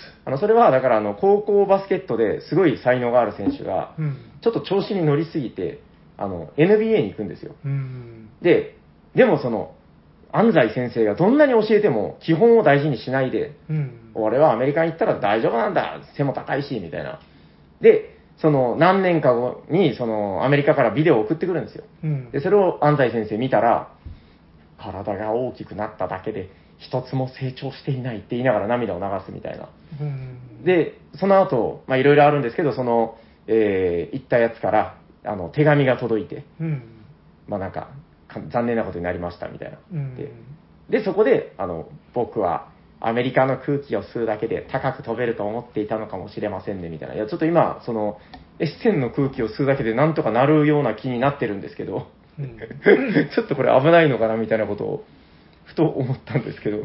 それは、だから高校バスケットですごい才能がある選手が、 うんちょっと調子に乗りすぎて、NBA に行くんですよ。 うん。 でも安西先生がどんなに教えても基本を大事にしないで、 うん。 俺はアメリカに行ったら大丈夫なんだ、背も高いし、みたいな。で、何年か後に、アメリカからビデオを送ってくるんですよ。 うん。 で、それを安西先生見たら、体が大きくなっただけで、一つも成長していないって言いながら涙を流すみたいな。 うん。 で、その後、まあいろいろあるんですけど、行ったやつから、手紙が届いて、 うん。 まあなんか、残念なことになりましたみたいな。 うん。 で、そこで、僕はアメリカの空気を吸うだけで高く飛べると思っていたのかもしれませんね、みたいな。いや、ちょっと今、エッセンの空気を吸うだけでなんとかなるような気になってるんですけど、 うん。 ちょっとこれ危ないのかな、みたいなことを、ふと思ったんですけど。い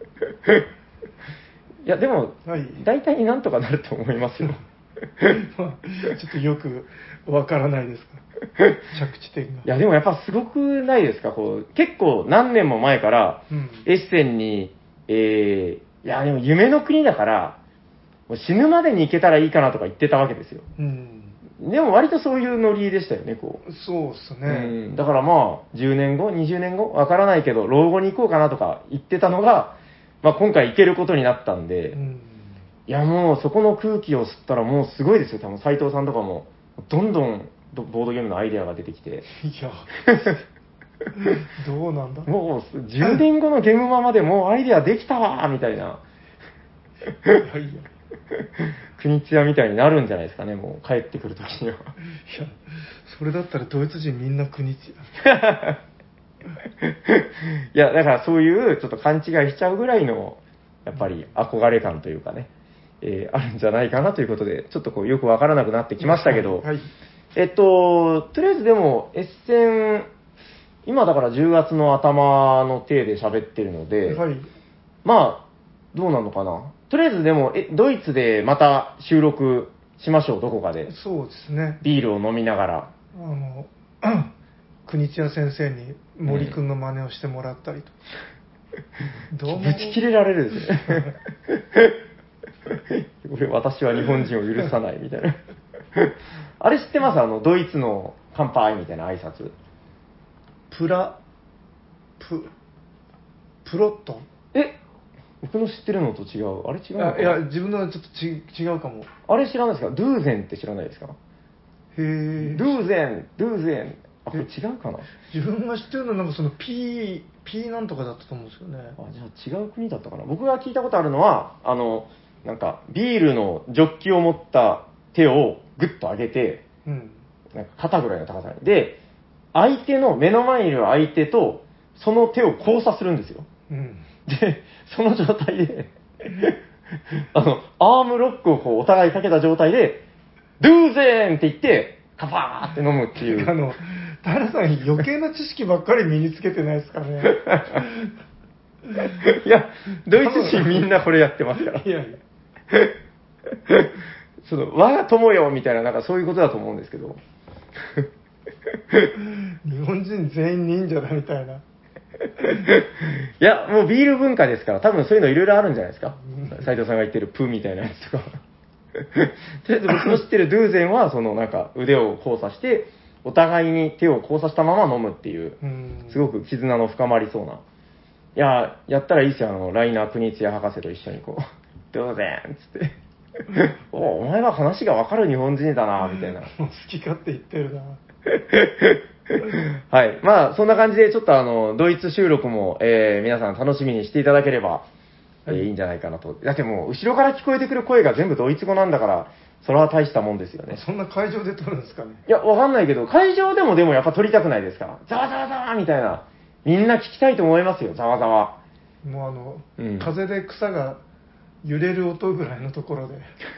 や、でも、 はい。 大体なんとかなると思いますよ。 まあ、ちょっとよくわからないですが、着地点が。 いや、でもやっぱすごくないですか、こう、結構何年も前から、 うん。 エッセンに、いや、でも夢の国だから、もう死ぬまでに行けたらいいかなとか言ってたわけですよ。 うん。 でも割とそういうノリでしたよね、こう。 そうっすうね。 ん、だからまあ、10年後、20年後、わからないけど、老後に行こうかなとか言ってたのが、まあ今回行けることになったんで、 うん。 いやもうそこの空気を吸ったらもうすごいですよ、多分斉藤さんとかも、どんどんボードゲームのアイデアが出てきて。 いや、どうなんだ。 もう10年後のゲームマまでもうアイデアできたわーみたいな。 いやいや。 国津屋みたいになるんじゃないですかね、もう帰ってくるときには。 いや、それだったらドイツ人みんな国津いや、だからそういうちょっと勘違いしちゃうぐらいの、やっぱり憧れ感というかね、あるんじゃないかなということで、ちょっとこうよくわからなくなってきましたけど、 はい。 とりあえずでも、エッセン、今だから10月の頭の体で喋ってるので、 はい。 まあ、どうなのかな。とりあえずでも、ドイツでまた収録しましょう、どこかで。 そうですね。 ビールを飲みながら。 国津屋先生に森くんの真似をしてもらったりと。どうもぶち切れられるですね。 私は日本人を許さないみたいな。あれ知ってます？ドイツの乾杯みたいな挨拶。 プロット。 僕の知ってるのと違う。あれ違うのかな。 いや、自分のはちょっと違うかも。 あれ知らないですか？ドゥーゼンって知らないですか？ へー。 ドゥーゼン。あ、これ違うかな。 自分が知ってるのはなんかその P なんとかだったと思うんですよね。 じゃあ違う国だったかな。僕が聞いたことあるのは、なんかビールのジョッキを持った手をグッと上げて、なんか肩ぐらいの高さに。で、目の前にいる相手と、その手を交差するんですよ。で、その状態で、アームロックをこうお互いかけた状態で、ドゥーゼーンって言って、カパーって飲むっていう。 平さん余計な知識ばっかり身につけてないですかね。 いや、ドイツ人みんなこれやってますから。 いや我が友よみたいな、なんかそういうことだと思うんですけど。 日本人全員忍者だみたいな。 いや、もうビール文化ですから、多分そういうのいろいろあるんじゃないですか。斉藤さんが言ってるプーみたいなやつとか。とりあえず僕の知ってるドゥーゼンは、なんか腕を交差して、お互いに手を交差したまま飲むっていう、すごく絆の深まりそうな。いや、やったらいいですよ、ライナー・国津屋博士と一緒にこう、ドゥーゼンっつって。お前は話がわかる日本人だな、みたいな。 好き勝手言ってるな。 はい。まあ、そんな感じで、ちょっとドイツ収録も、皆さん楽しみにしていただければ、いいんじゃないかなと。だってもう、後ろから聞こえてくる声が全部ドイツ語なんだから、それは大したもんですよね。 そんな会場で撮るんですかね。 いや、わかんないけど、会場でもやっぱ撮りたくないですか？ざわざわざわみたいな。みんな聞きたいと思いますよ、ざわざわ。 もう風で草が揺れる音ぐらいのところで。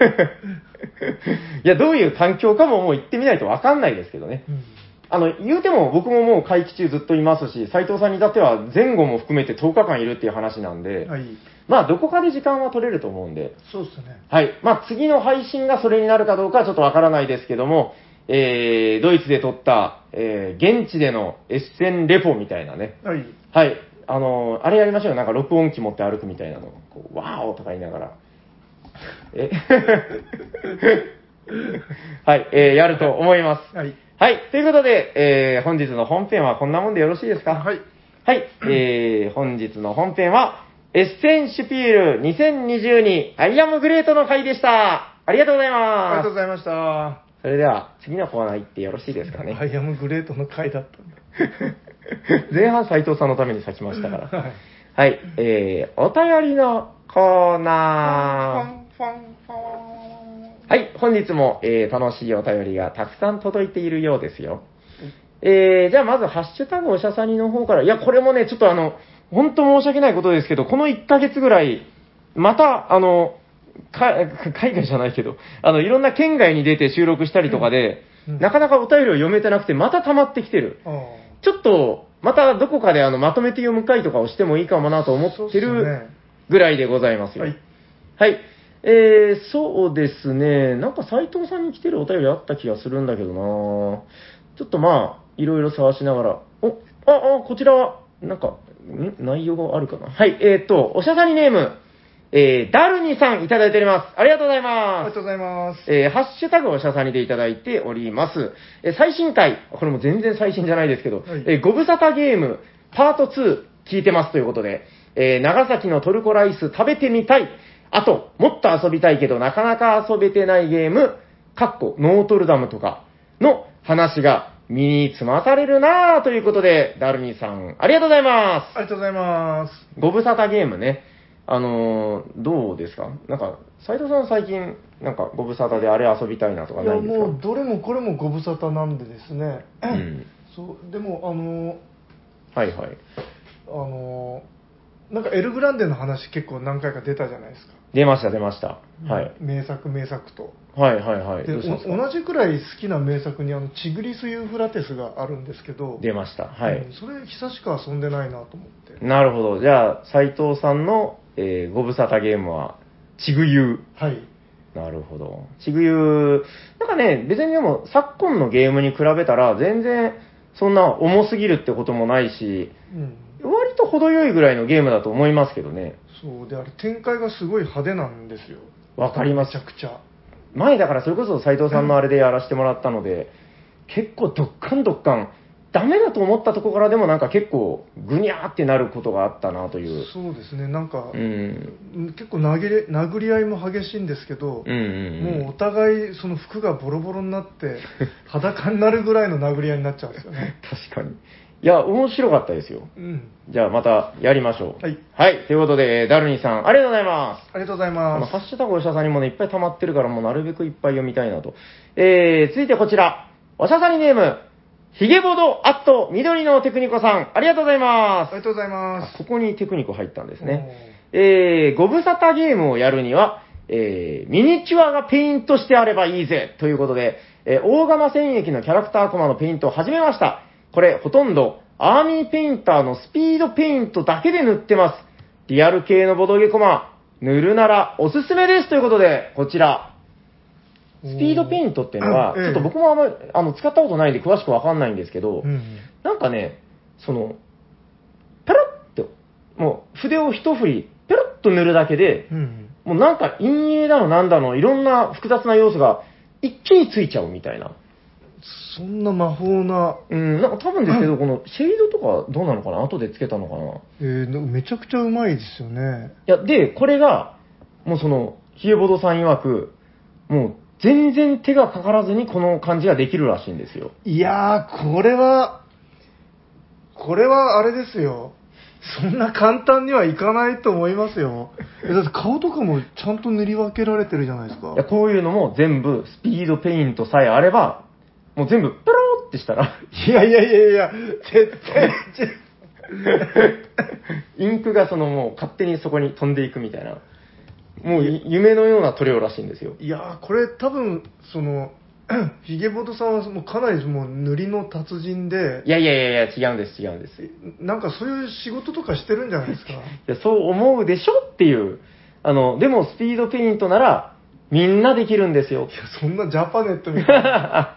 いや、どういう環境かももう行ってみないとわかんないですけどね。言うても僕ももう会期中ずっといますし、斉藤さんに至っては前後も含めて10日間いるっていう話なんで、 はい、 まあどこかで時間は取れると思うんで、 そうですね。 はい。まあ次の配信がそれになるかどうかはちょっとわからないですけども、ドイツで撮った、現地でのエッセンレポみたいなね。 はい。 はい。あれやりましょうよ。なんか録音機持って歩くみたいなの。こうワーオとか言いながら。はい、やると思います。 はい。 はい。ということで、本日の本編はこんなもんでよろしいですか？ はい。 はい。本日の本編は、エッセンシュピール2022アイアムグレートの回でした。ありがとうございます。 ありがとうございました。 それでは、次のコーナー行ってよろしいですかね。 アイアムグレートの回だったんだ。 前半斉藤さんのために咲きましたから。 はい。 はい。お便りのコーナー。はい。本日も、楽しいお便りがたくさん届いているようですよ。じゃあまず、ハッシュタグおしゃさにの方から。いや、これもね、ちょっと本当申し訳ないことですけど、この1ヶ月ぐらい、また、海外じゃないけど、いろんな県外に出て収録したりとかで、なかなかお便りを読めてなくて、また溜まってきてる。ちょっと、またどこかでまとめて読む回とかをしてもいいかもなと思ってるぐらいでございますよ。 はい。 はい。そうですね。なんか斉藤さんに来てるお便りあった気がするんだけどなちょっとまあ、いろいろ探しながら。こちらは、なんか、内容があるかな。はい。おしゃさにネーム、ダルニさんいただいております。ありがとうございます。 ありがとうございます。 ハッシュタグおしゃさにでいただいております。最新回、これも全然最新じゃないですけど、 はい、 ご無沙汰ゲーム、パート2、聞いてますということで、長崎のトルコライス食べてみたい。あと、もっと遊びたいけどなかなか遊べてないゲーム、ノートルダムとかの話が身につまされるなぁということで、ダルニさん、ありがとうございます。 ありがとうございます。 ご無沙汰ゲームね。どうですか？なんか、斉藤さん最近、なんかご無沙汰であれ遊びたいなとかないんですか？ いや、もうどれもこれもご無沙汰なんでですね。 うん。 そう、でも、 はいはい。 なんかエルグランデの話結構何回か出たじゃないですか。 出ました。はい。 名作と。 はい。 で、同じくらい好きな名作にチグリス・ユーフラテスがあるんですけど。 出ました。はい。 それ久しく遊んでないなと思って。 なるほど。じゃあ、斉藤さんの、ご無沙汰ゲームは、チグユー。はい。 なるほど。チグユー、なんかね、別にでも昨今のゲームに比べたら全然そんな重すぎるってこともないし、割と程よいぐらいのゲームだと思いますけどね。 そうで、あれ展開がすごい派手なんですよ。 わかります。 めちゃくちゃ。 前だからそれこそ斉藤さんのあれでやらせてもらったので、結構ドッカンドッカン、ダメだと思ったところからでもなんか結構グニャーってなることがあったなという。 そうですね、なんか、 うん、 結構殴り合いも激しいんですけど、もうお互いその服がボロボロになって裸になるぐらいの殴り合いになっちゃうんですよね。 確かに。いや、面白かったですよ。 うん。 じゃあまたやりましょう。 はい。 はい。ということで、ダルニーさん、ありがとうございます。 ありがとうございます。 ハッシュタグおしゃさんにもね、いっぱい溜まってるから、もうなるべくいっぱい読みたいなと。続いてこちら。おしゃさにネーム、ヒゲボドアット緑のテクニコさん、ありがとうございます。 ありがとうございます。 ここにテクニコ入ったんですね。ご無沙汰ゲームをやるには、ミニチュアがペイントしてあればいいぜということで、大釜戦役のキャラクターコマのペイントを始めました。これ、ほとんどアーミーペインターのスピードペイントだけで塗ってます。リアル系のボドゲコマ、塗るならおすすめですということで、こちら。スピードペイントっていうのは、ちょっと僕も使ったことないんで詳しくわかんないんですけど、なんかね、ペロッと、もう筆を一振り、ペロッと塗るだけで、もうなんか陰影だのなんだのいろんな複雑な要素が一気についちゃうみたいな。 そんな魔法な。 なんか多分ですけど、このシェードとかどうなのかな、後でつけたのかな。 めちゃくちゃうまいですよね。 いや、で、これが、もうヒゲボドさん曰く、もう全然手がかからずにこの感じができるらしいんですよ。 いやー、これはあれですよ。そんな簡単にはいかないと思いますよ。だって顔とかもちゃんと塗り分けられてるじゃないですか。 いや、こういうのも全部スピードペイントさえあれば、もう全部ペローってしたらいや、絶対インクがもう勝手にそこに飛んでいくみたいな。もう夢のような塗料らしいんですよ。 いやー、これ多分、ヒゲボトさんはもうかなりもう塗りの達人で、 いや、違うんです。 なんかそういう仕事とかしてるんじゃないですか。 いや、そう思うでしょっていう。でもスピードペイントなら、みんなできるんですよ。 いや、そんなジャパネットみたいな。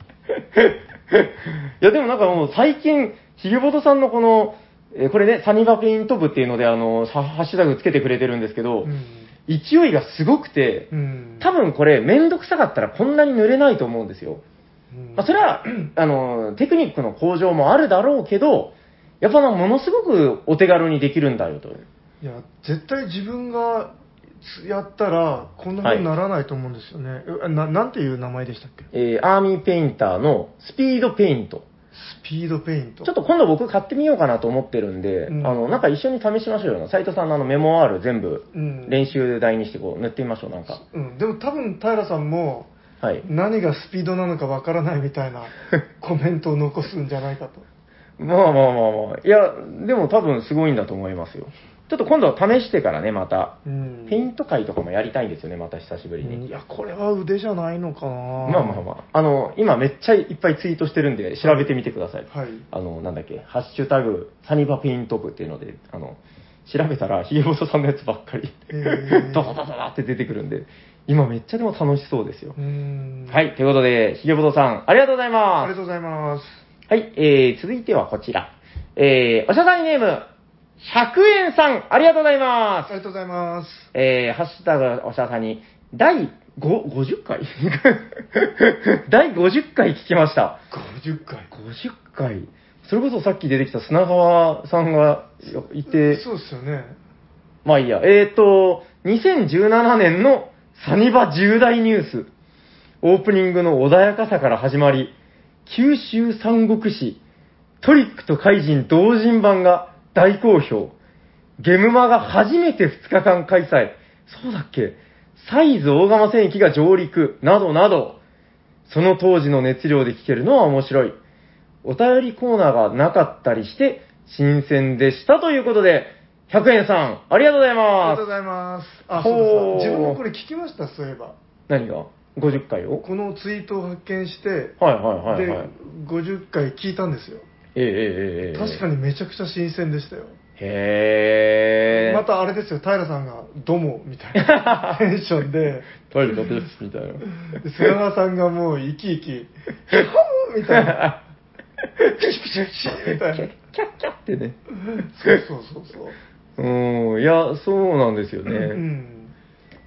いや、でもなんかもう最近、ヒゲボトさんのこれね、サニバペイント部っていうので、ハッシュタグつけてくれてるんですけど、勢いがすごくて、多分これ、めんどくさかったらこんなに塗れないと思うんですよ。まあ、それは、テクニックの向上もあるだろうけど、やっぱものすごくお手軽にできるんだよと。 いや、絶対自分がやったら、こんな風にならないと思うんですよね。なんていう名前でしたっけ？ アーミーペインターのスピードペイント。 スピードペイント。 ちょっと今度僕買ってみようかなと思ってるんで、なんか一緒に試しましょうよ。斉藤さんのメモアール全部練習台にして塗ってみましょう、なんか。 でも多分平さんも、何がスピードなのかわからないみたいなコメントを残すんじゃないかと。 まあ。いや、でも多分すごいんだと思いますよ。ちょっと今度試してからね、また。ペイント会とかもやりたいんですよね、また久しぶりに。 いや、これは腕じゃないのかな。 まあ。今めっちゃいっぱいツイートしてるんで、調べてみてください。 はい。 なんだっけ、ハッシュタグ、サニバペイント部っていうので、調べたら、ヒゲボトさんのやつばっかり、ドドドドって出てくるんで、今めっちゃでも楽しそうですよ。はい、ということで、ヒゲボトさん、ありがとうございます。 ありがとうございます。 はい、続いてはこちら。おしゃさんネーム、100円さん、ありがとうございます。 ありがとうございます。 ハッシュタグおしゃさんに、第50回第50回聞きました。 50回。 50回。それこそさっき出てきた砂川さんがいて。 そうですよね。 まあいいや。2017年のサニバ重大ニュース。オープニングの穏やかさから始まり、九州三国志、トリックと怪人同人版が大好評。ゲムマが初めて2日間開催。そうだっけ？サイズ大釜戦役が上陸。などなど。その当時の熱量で聞けるのは面白い。お便りコーナーがなかったりして、新鮮でしたということで、100円さん、ありがとうございます。 ありがとうございます。あ、そうです。自分もこれ聞きました、そういえば。 何が ?50 回をこのツイートを発見して、で、50回聞いたんですよ。確かにめちゃくちゃ新鮮でしたよ。 へー。 またあれですよ、平さんが、ども、みたいなテンションで、 平です、みたいな。 砂川さんがもう、生き生き、ヒャーみたいな。ピシピシピシみたいな。 キャッキャってね。 そう。 いや、そうなんですよね。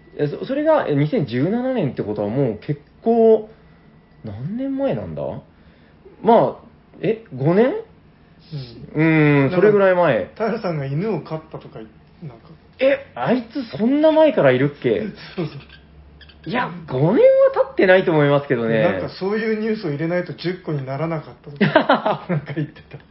それが2017年ってことはもう結構、何年前なんだまあ、5年それぐらい前。 平さんが犬を飼ったとかなんか。 あいつそんな前からいるっけそうそう。 いや、5年は経ってないと思いますけどね。 なんかそういうニュースを入れないと10個にならなかったとか、なんか言ってた。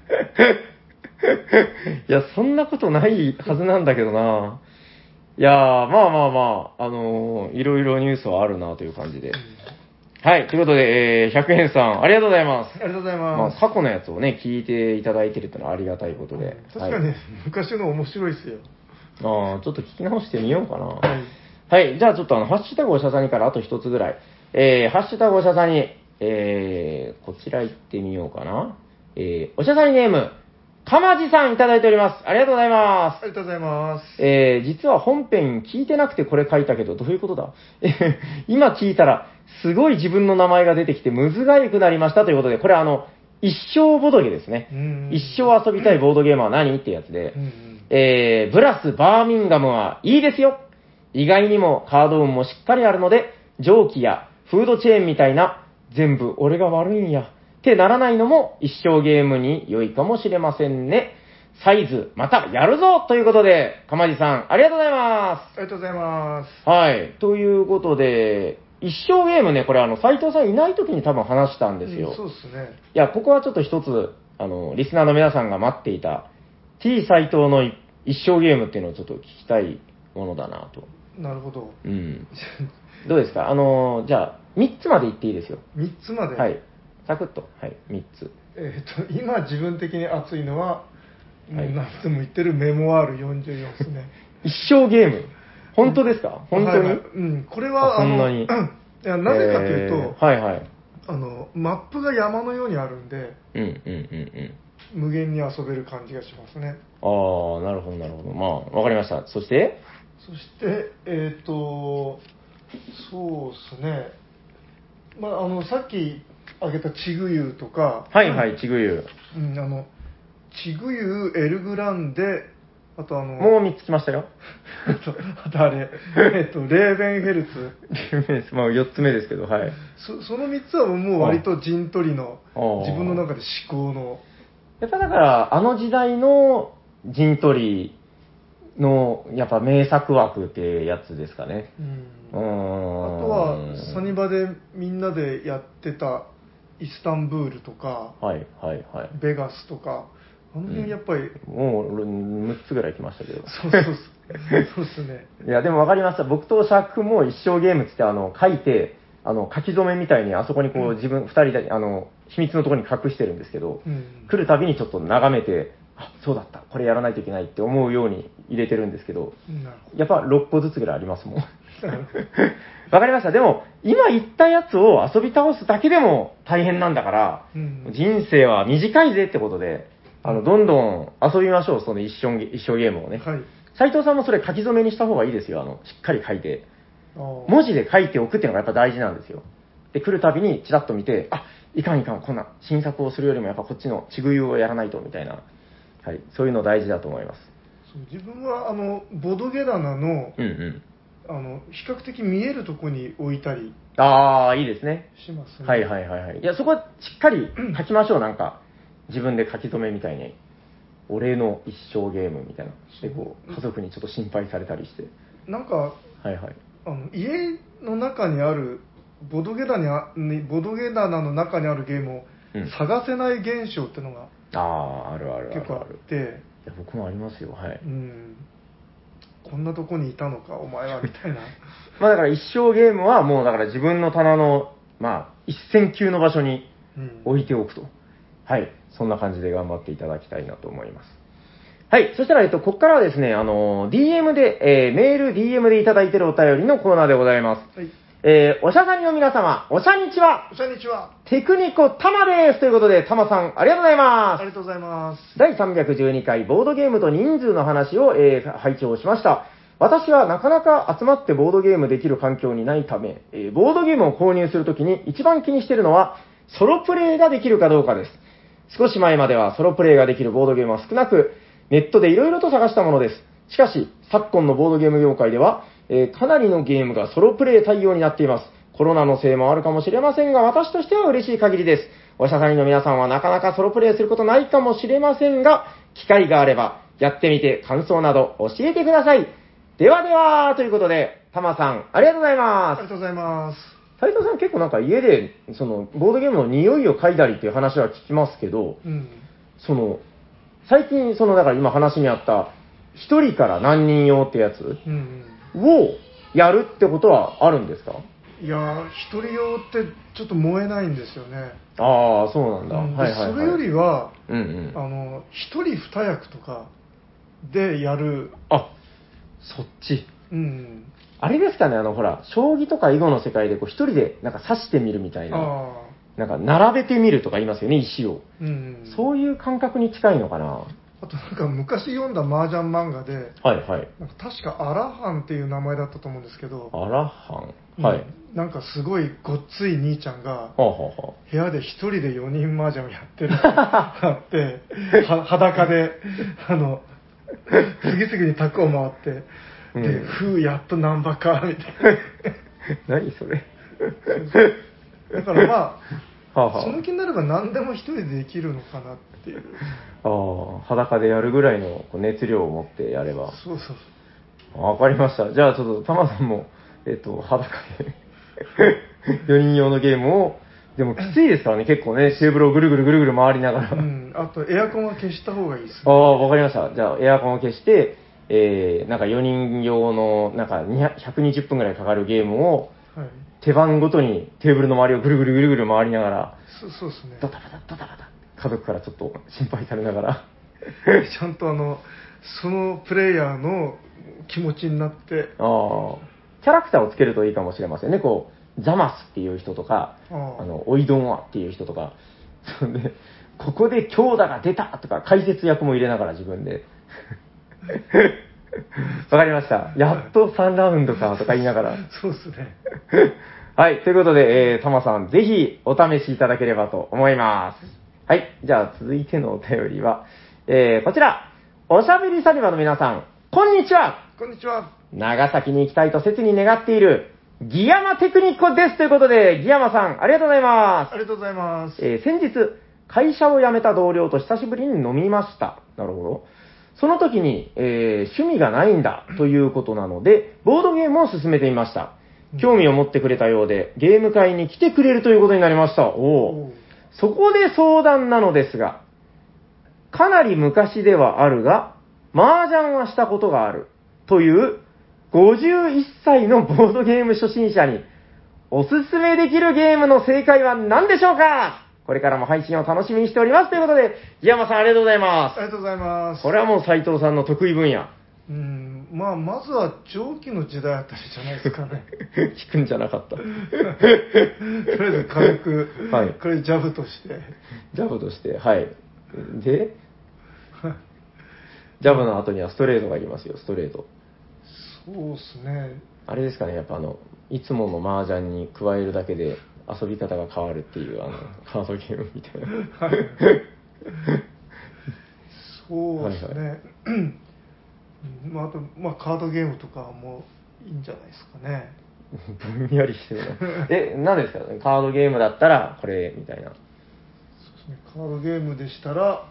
いや、そんなことないはずなんだけどな。いやー、まあまあまあ、いろいろニュースはあるなという感じで。はい、ということで、100円さん、ありがとうございます。 ありがとうございます。 過去のやつをね、聞いていただいてるってのはありがたいことで。 確かに、ね、昔の面白いですよ。 ちょっと聞き直してみようかな。 はい。 はい、じゃあちょっとハッシュタグおしゃさにからあと一つぐらい。ハッシュタグおしゃさに、こちら行ってみようかな。おしゃさにネーム、かまじさんいただいております。ありがとうございます。 ありがとうございます。 実は本編聞いてなくてこれ書いたけど、どういうことだ今聞いたら、すごい自分の名前が出てきて、むずがゆくなりましたということで、これ一生ボドゲですね。一生遊びたいボードゲームは何ってやつで、ブラス・バーミンガムはいいですよ。意外にもカード運もしっかりあるので、蒸気やフードチェーンみたいな、全部俺が悪いんや、ってならないのも一生ゲームに良いかもしれませんね。サイズ、またやるぞということで、かまじさん、ありがとうございます。 ありがとうございます。 はい。ということで、一生ゲームね、これ斉藤さんいない時に多分話したんですよ。 そうですね。 いや、ここはちょっと一つ、リスナーの皆さんが待っていた、T 斎藤の一生ゲームっていうのをちょっと聞きたいものだなと。 なるほど。 うん。どうですかじゃあ、3つまで言っていいですよ。 3つまではい。サクッと。はい、3つ。 今自分的に熱いのは、 はい、 何でも言ってるメモワール44ですね。 一生ゲーム。本当ですか本当に、 はいはい、これは、 そんなに。 いやなぜかというと、 はいはい。 マップが山のようにあるんで、無限に遊べる感じがしますね。 ああ、なるほど、なるほど。まあ、わかりました。そして、 そうですね。まあ、さっき挙げたチグユとか、 はいはい、チグユ。 チグユ、エルグランデ、あともう3つ来ましたよ。 あとあれ、レーベンヘルツ。 まあ4つ目ですけど、はい。 その3つはもう割と陣取りの、自分の中で思考の。 やっぱだから、あの時代の陣取りの、やっぱ名作枠ってやつですかね。 あとは、サニバでみんなでやってたイスタンブールとか、 はいはいはい。 ベガスとか、あの辺やっぱり、 もう6つぐらい来ましたけど。 そうですね。 いや、でも分かりました。僕とシャークも一生ゲームって書いて、書き初めみたいにあそこにこう自分2人で、秘密のところに隠してるんですけど、来るたびにちょっと眺めて、あ、そうだった、これやらないといけないって思うように入れてるんですけど、やっぱ6個ずつぐらいありますもん。わかりました。でも、今言ったやつを遊び倒すだけでも大変なんだから、人生は短いぜってことで、どんどん遊びましょう、その一生ゲームをね。斉藤さんもそれ書き初めにした方がいいですよ。しっかり書いて。文字で書いておくっていうのがやっぱ大事なんですよ。で、来るたびにチラッと見て、あ、いかん、こんな新作をするよりもやっぱこっちのちぐゆをやらないとみたいな。はい、そういうの大事だと思います。 自分はボドゲ棚の、比較的見えるところに置いたりいいですね。 しますね。 はいはいはいはい。いや、そこはしっかり書きましょう、なんか。自分で書き留めみたいに。俺の一生ゲームみたいな。で、こう、家族にちょっと心配されたりして。 なんか、 はいはい。 家の中にある、ボドゲ棚の中にあるゲームを探せない現象っていうのが、 ある結構あって、 いや僕もありますよ、はい。 こんなとこにいたのか、お前は、みたいな。 まあだから一生ゲームはもうだから自分の棚の、まあ、一線級の場所に置いておくと。はい。そんな感じで頑張っていただきたいなと思います。はい。そしたら、ここからはですね、DM で、メール DM でいただいているお便りのコーナーでございます。はい。おしゃさんの皆様、おしゃにちは。 おしゃにちは。 テクニコたまです。ということで、たまさん、ありがとうございます。 ありがとうございます。 第312回ボードゲームと人数の話を、拝聴しました。私はなかなか集まってボードゲームできる環境にないため、ボードゲームを購入するときに一番気にしているのは、ソロプレイができるかどうかです。少し前まではソロプレイができるボードゲームは少なく、ネットで色々と探したものです。しかし、昨今のボードゲーム業界では、 かなりのゲームがソロプレイ対応になっています。コロナのせいもあるかもしれませんが、私としては嬉しい限りです。おしゃさんの皆さんはなかなかソロプレイすることないかもしれませんが、機会があればやってみて感想など教えてください。ではでは、ということで、たまさん、ありがとうございます。 ありがとうございます。 斉藤さん結構なんか家で、ボードゲームの匂いを嗅いだりっていう話は聞きますけど、最近、だから今話にあった、一人から何人用ってやつをやるってことはあるんですか？ いや、一人用ってちょっと燃えないんですよね。 ああ、そうなんだ。はいはいはい。 それよりは、一人二役とかでやる。 あ、そっち。あれですかね、ほら、将棋とか囲碁の世界でこう一人でなんか指してみるみたいな、なんか並べてみるとか言いますよね、石を。そういう感覚に近いのかな。 あとなんか昔読んだ麻雀漫画で、 はいはい。 なんか確かアラハンっていう名前だったと思うんですけど、 アラハンはい。 なんかすごいごっつい兄ちゃんが、部屋で一人で4人麻雀をやってるってあって、裸で、次々に卓を回って、で、やっと難波か、みたいな。何それだからまあ、その気になれば何でも一人でできるのかなっていう。 裸でやるぐらいの熱量を持ってやれば。 そう。 わかりました。じゃあちょっと、タマさんも、裸で4人用のゲームを、でもきついですからね、結構ね、テーブルをぐるぐる回りながら。 あとエアコンは消した方がいいですね。 わかりました。じゃあエアコンを消して、なんか4人用の、なんか120分ぐらいかかるゲームを、手番ごとにテーブルの周りをぐるぐる回りながら、 そうですね。 ドタバタ、家族からちょっと心配されながら。 ちゃんとそのプレイヤーの気持ちになって。 キャラクターをつけるといいかもしれませんね。こう、ザマスっていう人とか、オイドンワっていう人とか、そんで、ここで強打が出たとか、解説役も入れながら自分で。わかりました。やっと3ラウンドかとか言いながら。 そうですね。 はい、ということで、タマさん、ぜひお試しいただければと思います。はい、じゃあ続いてのお便りは、こちら、おしゃべりサニバの皆さん、こんにちは。 こんにちは。 長崎に行きたいと切に願っている、ギヤマテクニックですということで、ギヤマさん、ありがとうございます。 ありがとうございます。 先日、会社を辞めた同僚と久しぶりに飲みました。なるほど。その時に、趣味がないんだということなので、ボードゲームを進めてみました。興味を持ってくれたようで、ゲーム会に来てくれるということになりました。そこで相談なのですが、かなり昔ではあるが、麻雀はしたことがあるという51歳のボードゲーム初心者におすすめできるゲームの正解は何でしょうか？これからも配信を楽しみにしておりますということで、ギヤマさんありがとうございます。 ありがとうございます。 これはもう斉藤さんの得意分野。 まずは蒸気の時代あたりじゃないですかね。 聞くんじゃなかった。とりあえず軽く、これジャブとして。 ジャブとして、はい。で、ジャブの後にはストレートがいりますよ、ストレート。 そうですね。 あれですかね、やっぱいつもの麻雀に加えるだけで遊び方が変わるっていう、カードゲームみたいな。 そうですね。あと、カードゲームとかもいいんじゃないですかね。 ぼんやりしてるな。何ですかね、カードゲームだったらこれみたいな。 そうですね、カードゲームでしたら、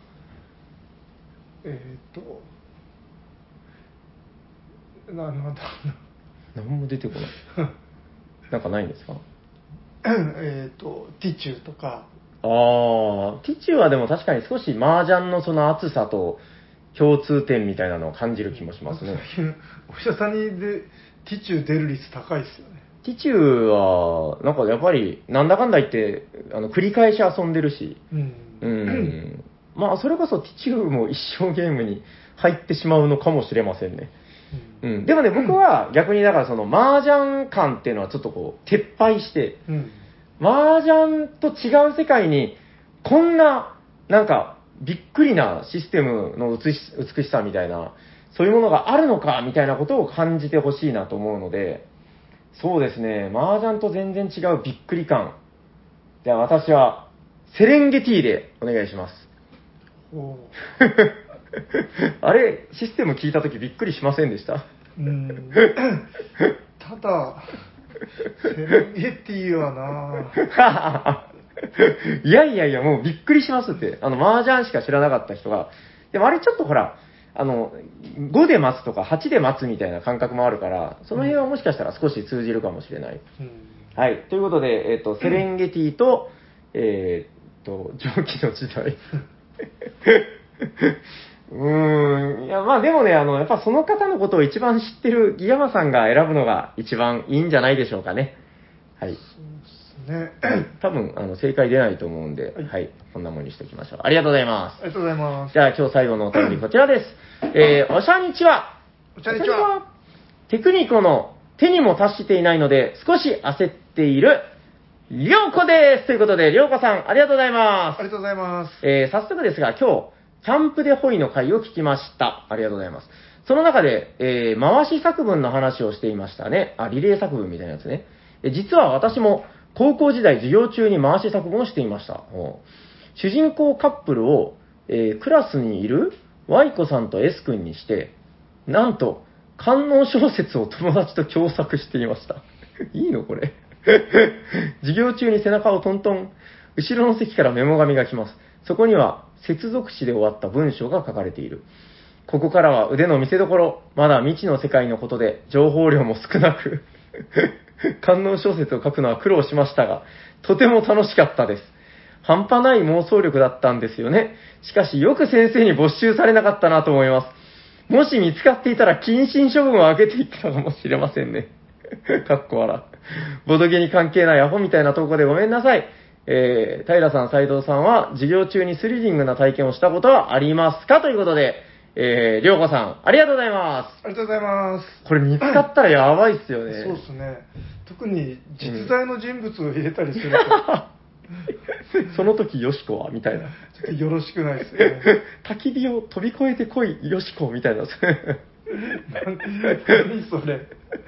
なんだろうな。 何も出てこない。なんかないんですか？ ティチューとか。 ティチューはでも確かに少し麻雀のその熱さと共通点みたいなのを感じる気もしますね。 お医者さんにでティチュー出る率高いですよね。 ティチューは、なんかやっぱり、なんだかんだ言って、繰り返し遊んでるし、まあ、それこそティチューも一生ゲームに入ってしまうのかもしれませんね。でもね、僕は逆にだからその麻雀感っていうのはちょっとこう、撤廃して、麻雀と違う世界に、こんな、なんか、びっくりなシステムの美しさみたいな、そういうものがあるのかみたいなことを感じてほしいなと思うので、そうですね、麻雀と全然違うびっくり感。じゃあ私は、セレンゲティでお願いします。あれ、システム聞いたときびっくりしませんでした？ ただ、セレンゲティはないや、もうびっくりしますって。麻雀しか知らなかった人が。でもあれちょっとほら、5で待つとか8で待つみたいな感覚もあるから、その辺はもしかしたら少し通じるかもしれない。はい。ということで、セレンゲティと、蒸気の時代。いや、まあでもね、やっぱその方のことを一番知ってるギヤマさんが選ぶのが一番いいんじゃないでしょうかね。はい。 そうですね。 多分、正解出ないと思うんで、はい、こんなもんにしておきましょう。ありがとうございます。 ありがとうございます。 じゃあ今日最後のお便りこちらです。おしゃにちは。 おしゃにちは。 テクニコの手にも達していないので、少し焦っている、りょうこです。ということで、りょうこさん、ありがとうございます。 ありがとうございます。 早速ですが、今日、キャンプでホイの回を聞きました。ありがとうございます。その中で、回し作文の話をしていましたね。リレー作文みたいなやつね。実は私も、高校時代授業中に回し作文をしていました。主人公カップルを、クラスにいる Y 子さんと S 君にして、なんと、官能小説を友達と共作していました。いいのこれ。授業中に背中をトントン。後ろの席からメモ紙が来ます。そこには、接続詞で終わった文章が書かれている。ここからは腕の見せ所。まだ未知の世界のことで、情報量も少なく。官能小説を書くのは苦労しましたが、とても楽しかったです。半端ない妄想力だったんですよね。しかしよく先生に没収されなかったなと思います。もし見つかっていたら謹慎処分を上げていったかもしれませんね。かっこ笑。ボドゲに関係ないアホみたいな投稿でごめんなさい。平さん、斉藤さんは授業中にスリリングな体験をしたことはありますかということで、りょうこさん、ありがとうございます。 ありがとうございます。 これ見つかったらやばいっすよね。 そうですね。特に実在の人物を入れたりすると、 その時よしこはみたいな。 ちょっとよろしくないですね。 焚き火を飛び越えてこいよしこみたいな。 何それ。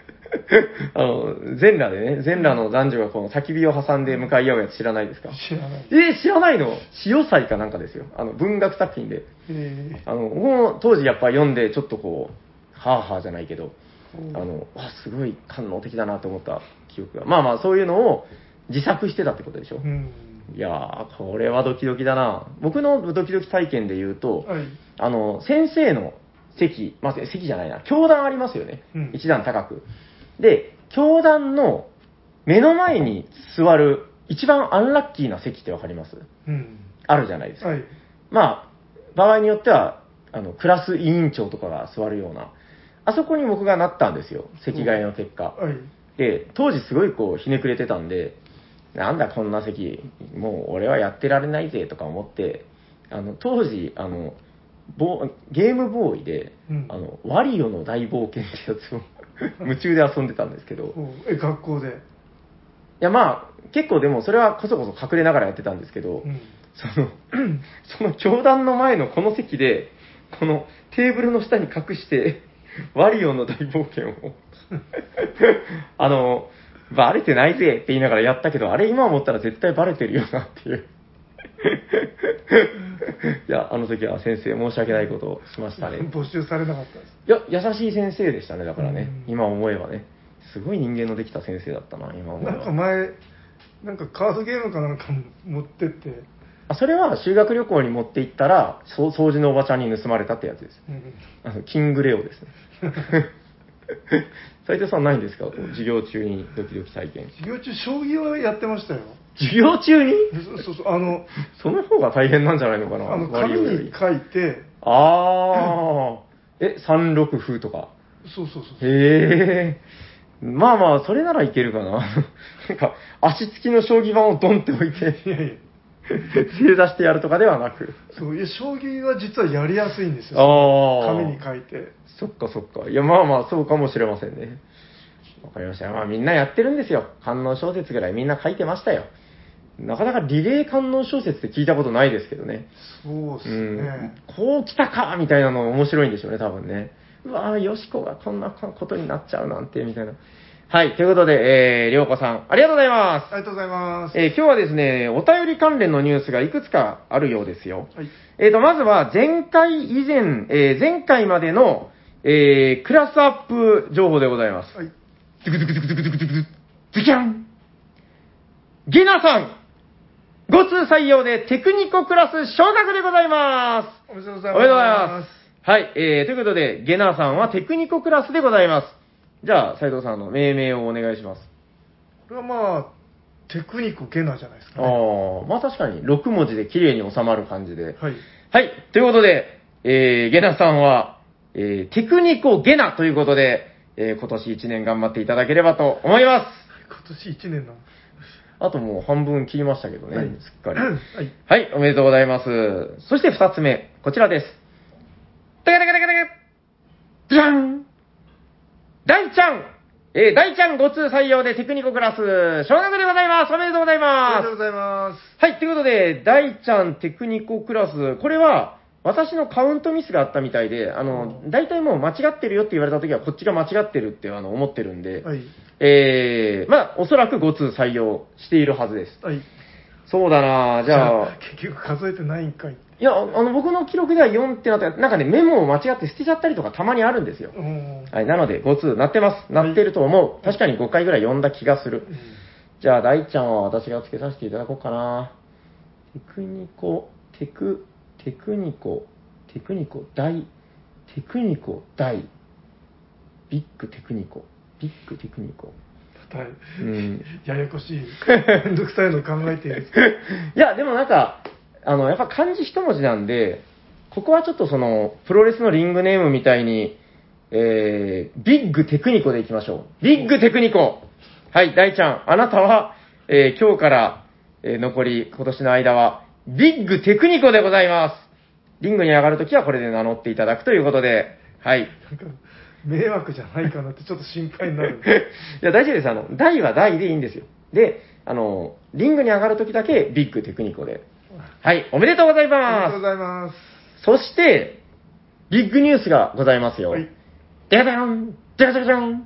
全裸でね、全裸の男女がこの焚き火を挟んで向かい合うやつ知らないですか？ 知らない。 知らないの？潮祭かなんかですよ。文学作品で。僕も当時やっぱ読んでちょっとこう、はぁはぁじゃないけど、すごい官能的だなと思った記憶が。まあまあそういうのを自作してたってことでしょ。いやー、これはドキドキだな。僕のドキドキ体験で言うと、 はい、 先生の席、まあ、席じゃないな、教壇ありますよね。一段高く。で、教壇の目の前に座る一番アンラッキーな席ってわかります？あるじゃないですか。 はい、 まあ、場合によっては、クラス委員長とかが座るような、あそこに僕がなったんですよ。席替えの結果。 はい、 で、当時すごいこう、ひねくれてたんで、なんだこんな席、もう俺はやってられないぜとか思って、当時、ゲームボーイで、ワリオの大冒険ってやつを夢中で遊んでたんですけど。 学校で。いや、まあ、結構でもそれはこそこそ隠れながらやってたんですけど、その教壇の前のこの席で、このテーブルの下に隠して、ワリオの大冒険をバレてないぜって言いながらやったけど、あれ今思ったら絶対バレてるよなっていう。いや、あの時は先生申し訳ないことをしましたね。 募集されなかったです。 いや、優しい先生でしたね、だからね。今思えばね。すごい人間のできた先生だったな、今思えば。 なんか前、なんかカードゲームかなんか持ってって。 それは修学旅行に持って行ったら、掃除のおばちゃんに盗まれたってやつです。キングレオですね。斉藤さんないんですか？授業中にドキドキ体験。 授業中、将棋はやってましたよ。 授業中に？ そう、 その方が大変なんじゃないのかな。 紙に書いて。 3六歩とか。 そう。 へえ。まあまあ、それならいけるかな。なんか、足つきの将棋盤をドンって置いて、正座してやるとかではなく。 そう、将棋は実はやりやすいんですよ。紙に書いて。 そっか。いや、まあまあ、そうかもしれませんね。わかりました。まあみんなやってるんですよ。官能小説ぐらいみんな書いてましたよ。なかなかリレー官能小説って聞いたことないですけどね。 そうですね。 こう来たかみたいなの面白いんでしょうね、多分ね。うわぁ、よしこがこんなことになっちゃうなんて、みたいな。はい、ということで、りょうこさん、ありがとうございます。 ありがとうございます。 今日はですね、お便り関連のニュースがいくつかあるようですよ。 はい、 まずは前回までの、 クラスアップ情報でございます。 はい。 ズキャンゲナさん、5通採用でテクニコクラス昇格でございます。 おめでとうございます。 おめでとうございます。はい、ということで、ゲナさんはテクニコクラスでございます。じゃあ、斉藤さんの命名をお願いします。 これはまあ、テクニコゲナじゃないですかね。 ああ、まあ確かに6文字で綺麗に収まる感じで。 はい。 はい、ということで、ゲナさんは、テクニコゲナということで、今年1年頑張っていただければと思います。 今年1年なの。 あともう半分切りましたけどね、 はい、 すっかり。 はい。 はい、おめでとうございます。そして2つ目、こちらです。てかてかてかてかじゃん大ちゃん大ちゃん5通採用でテクニコクラス昇格でございます。おめでとうございます。 おめでとうございます。 はい、ということで、大ちゃんテクニコクラス、これは、私のカウントミスがあったみたいで、大体もう間違ってるよって言われたときは、こっちが間違ってるって思ってるんで、 はい。 まあ、おそらく5通採用しているはずです。 はい。 そうだなじゃあ。 結局数えてないんかい。 いや、僕の記録では4ってなったら、なんかね、メモを間違って捨てちゃったりとかたまにあるんですよ。はい、なので5通なってます。なってると思う。確かに5回ぐらい読んだ気がする。じゃあ、大ちゃんは私がつけさせていただこうかな。テクニコ、大、テクニコ、大、ビッグテクニコ。 はい。 うん、 ややこしい。めんどくさいの考えていいですか？ いや、でもなんか、やっぱ漢字一文字なんで、ここはちょっとプロレスのリングネームみたいに、ビッグテクニコでいきましょう。ビッグテクニコ。はい、大ちゃん、あなたは、今日から、残り今年の間は、ビッグテクニコでございます。リングに上がるときはこれで名乗っていただくということで、はい。 なんか迷惑じゃないかなってちょっと心配になる。 いや、大丈夫です。大は大でいいんですよ。で、リングに上がるときだけビッグテクニコで。はい、おめでとうございます。 おめでとうございます。 そして、ビッグニュースがございますよ。 はい。 でかでかん、じゃじゃじゃん、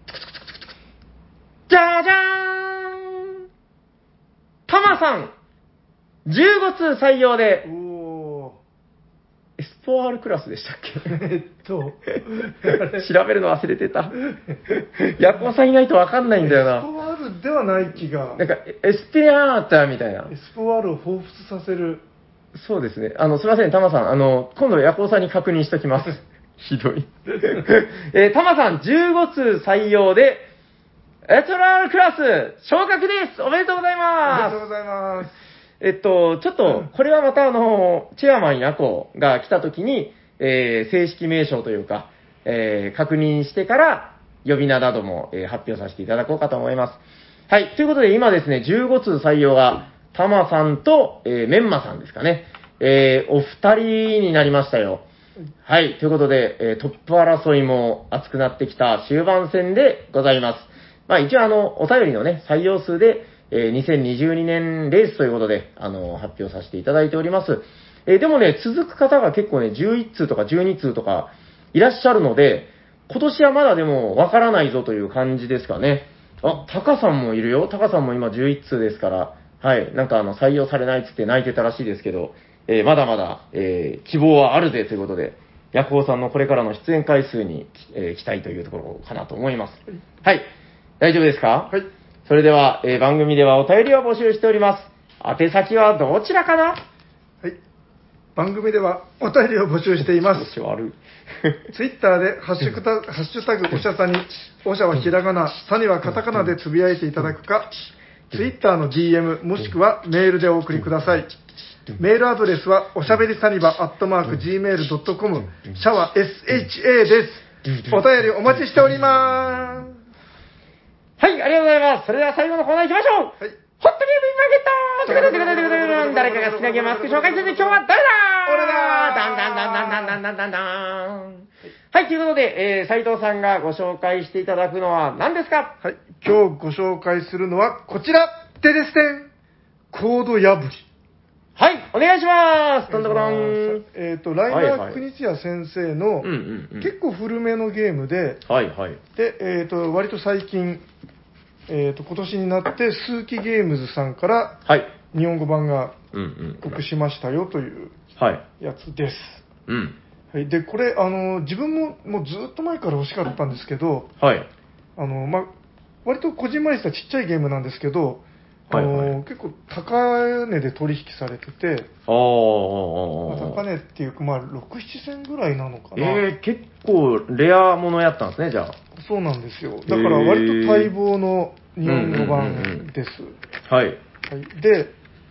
じゃじゃーん、タマさん、15通採用で、エスポワールクラスでしたっけ調べるの忘れてた。ヤコウさんいないと分かんないんだよな。 エスポワールではない気が。 なんか、エステアータみたいな。 エスポワールを彷彿させる。 そうですね。すいません、タマさん。今度ヤコウさんに確認しときます。ひどい。タマさん15通採用で、エスポワールクラス昇格です。おめでとうございます。 おめでとうございます。 ちょっと、これはまたチェアマンヤコウが来た時に、正式名称というか、確認してから、呼び名なども、発表させていただこうかと思います。はい。ということで、今ですね、15通採用が、タマさんと、メンマさんですかね。お二人になりましたよ。はい。ということで、トップ争いも熱くなってきた終盤戦でございます。まあ一応お便りのね、採用数で、2022年レースということで、発表させていただいております。でもね、続く方が結構ね、11通とか12通とかいらっしゃるので、今年はまだでもわからないぞという感じですかね。あ、タカさんもいるよ。タカさんも今11通ですから、はい、なんか採用されないっつって泣いてたらしいですけど、まだまだ、希望はあるぜということで、ヤコウさんのこれからの出演回数に、期待というところかなと思います。はい。大丈夫ですか？ はい。 それでは、番組ではお便りを募集しております。宛先はどちらかな？ はい。番組ではお便りを募集しています。 調子悪い。 ツイッターでハッシュタグおしゃさに、おしゃはひらがな、さにはカタカナでつぶやいていただくか、ツイッターの DM もしくはメールでお送りください。メールアドレスはおしゃべりサニバ@gmail.com、シャワ SHA です。お便りお待ちしております。 はい、ありがとうございます。それでは最後のコーナー行きましょう。 はい。 ホットゲームマーケット誰かが好きなゲームを紹介する今日は誰だ俺だダンダンダンダンダンダンダンダンダン。はい、ということで、斉藤さんがご紹介していただくのは何ですか？ はい、今日ご紹介するのはこちらでですね、コード破り。 はい、お願いします。どんどこどん。 ライナー・クニチア先生の結構古めのゲームで、 はいはい。 で、割と最近、今年になって数奇ゲームズさんから日本語版が帰国しましたよというやつです。 はい。で、これ、自分ももうずっと前から欲しかったんですけど、 はい。 割とこじんまりしたちっちゃいゲームなんですけど、 はいはい。 結構高値で取引されてて、高値っていうか、6、7千ぐらいなのかな。 結構レアものやったんですね、じゃあ。 そうなんですよ。だから割と待望の日本語うんうんうんうん版です。 はい。 はい。で、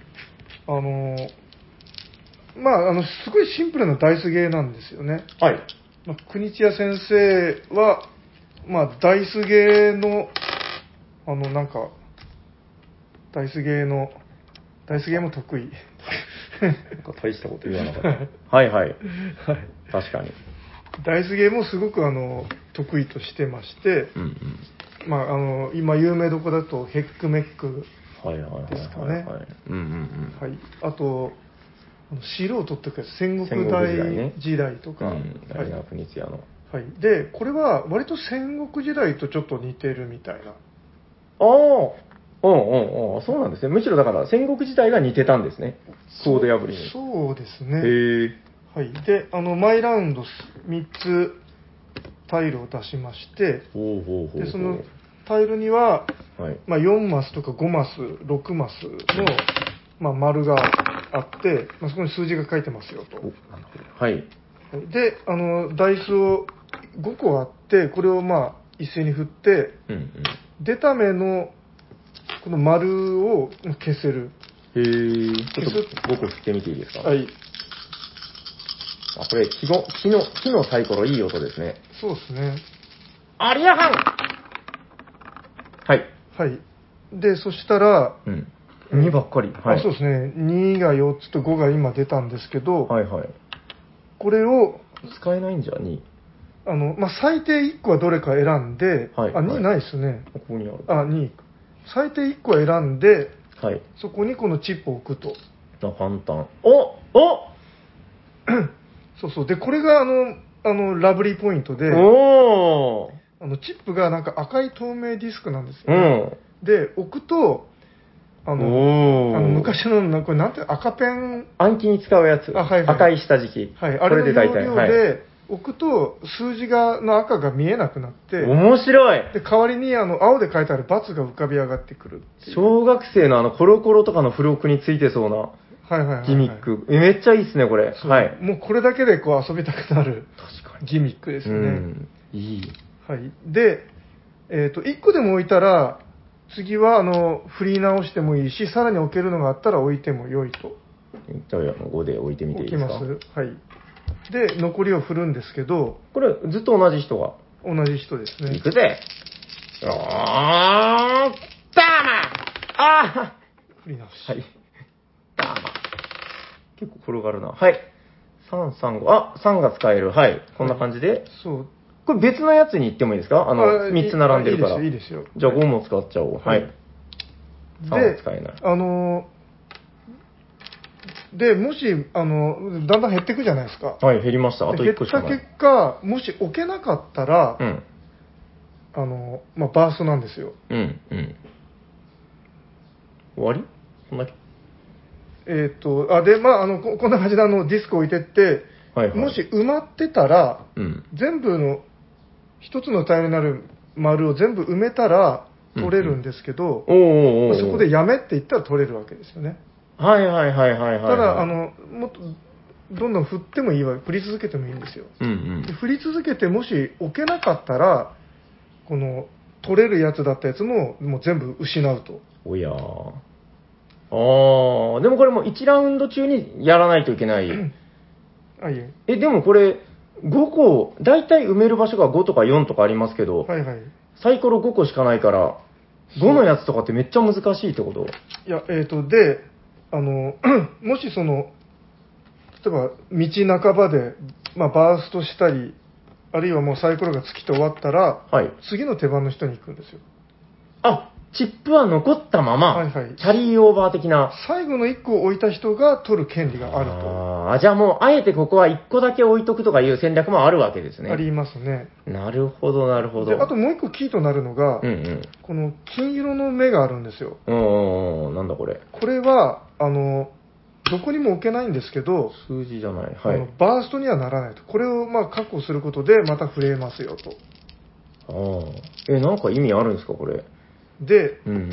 すごいシンプルなダイスゲーなんですよね。 はい。 国千谷先生は、ダイスゲーの、なんか、ダイスゲーも得意。 なんか大したこと言わなかった。はいはい。 はい。 確かに。 ダイスゲーもすごく得意としてまして、 うんうん。 今有名どこだとヘックメックはいはいはいですかね。 はいはい。うんうんうん。 はい。あと、素人っていうか戦国戦国時代ね。 時代とか、 うん。大学国津屋の。 はい。で、これは割と戦国時代とちょっと似てるみたいな。 ああ、そうなんですね。むしろだから戦国時代が似てたんですね。コード破りに。 そうですね。 へえ。 はい。で、毎ラウンド3つタイルを出しまして、 ほうほうほうほう。 で、そのタイルには、 はい。 4マスとか5マス、6マスの、丸があって、そこに数字が書いてますよと。 はい。 で、ダイスを5個あって、これを一斉に振って、 うんうん。 出た目のこの丸を消せる。 へえ。ちょっと5個振ってみていいですか？ はい。 あ、これ、木のサイコロいい音ですね。 そうですね。 ありやはん。はい。 はい。で、そしたら、 うん。2ばっかり。はい。 そうですね。2が4つと5が今出たんですけど、 はいはい。 これを、 使えないんじゃ、2。 最低1個はどれか選んで、 はい 2ないですね。 ここにある。 2。最低1個は選んで、 はい。 そこにこのチップを置くと。 簡単。 そうそう。で、これがラブリーポイントで、 おーチップがなんか赤い透明ディスクなんですうよね。 ん。 で、置くと、 おー昔の、これなんて、赤ペン、 暗記に使うやつ。 はいはい赤い下敷き。 はい、 こあれのれで大体。はい。 要領で、置くと数字の赤が見えなくなって、 面白い。 で、代わりに青で書いてある×が浮かび上がってくるっていう。 小学生のコロコロとかの付録についてそうなはいはいはいはい、 ギミック。めっちゃいいっすね、これ。はい。 もうこれだけでこう遊びたくなる確かに。 ギミックですね。 うん。いい。 はい。で、1個でも置いたら、次は振り直してもいいし、さらに置けるのがあったら置いても良いと。 じゃあ5で置いてみていいですか？ 置きます。はい。で、残りを振るんですけど、 これ、ずっと同じ人が。 同じ人ですね。 行くぜ。ダーマあ振り直し。 はい。ダーマ結構転がるな。はい。335。3が使える。はい。こんな感じで。 はい、そう。 これ別のやつに行ってもいいですか？3つ並んでるから。 いいですよ。 じゃあ5も使っちゃおう。はい。3は使えない。 で、もし、だんだん減っていくじゃないですか。 はい、減りました。あと1個しかない。 減った結果、もし置けなかったら、 うん。 バーストなんですよ。 うん、うん。終わりこんだけで、こんな感じでディスク置いてって、 はいはい、 もし埋まってたら、 うん、 全部の、一つのタイルになる丸を全部埋めたら取れるんですけど、そこでやめって言ったら取れるわけですよね。 はいはいはいはい、はい。 ただ、もっと、どんどん振ってもいいわ、振り続けてもいいんですよ。 うんうん、 で振り続けて、もし置けなかったら、この、取れるやつだったやつも、もう全部失うと。 おやー。でもこれも1ラウンド中にやらないといけない。 あ、いえ。 でもこれ、5個、だいたい埋める場所が5とか4とかありますけど、 はいはい。 サイコロ5個しかないから、5のやつとかってめっちゃ難しいってこと？ いや、で、もしその、例えば道半ばで、バーストしたり、あるいはもうサイコロが尽きて終わったら、 はい、 次の手番の人に行くんですよ。 チップは残ったまま、 はいはい、 キャリーオーバー的な。 最後の1個を置いた人が取る権利があると。 じゃあもう、あえてここは1個だけ置いとくとかいう戦略もあるわけですね。 ありますね。 なるほど、なるほど。 で、あともう1個キーとなるのが、この金色の目があるんですよ。 なんだこれ。 これは、 どこにも置けないんですけど、 数字じゃない。はい。 バーストにはならないと。これをまあ確保することでまた増えますよと。 ああ。なんか意味あるんですか、これ。 で、 うん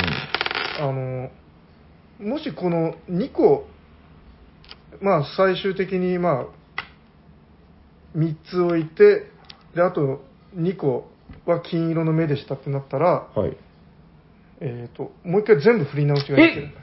うん。 もしこの2個、まあ最終的にまあ3つ置いて、で、あと2個は金色の目でしたってなったら、 はい。 もう一回全部振り直しができる。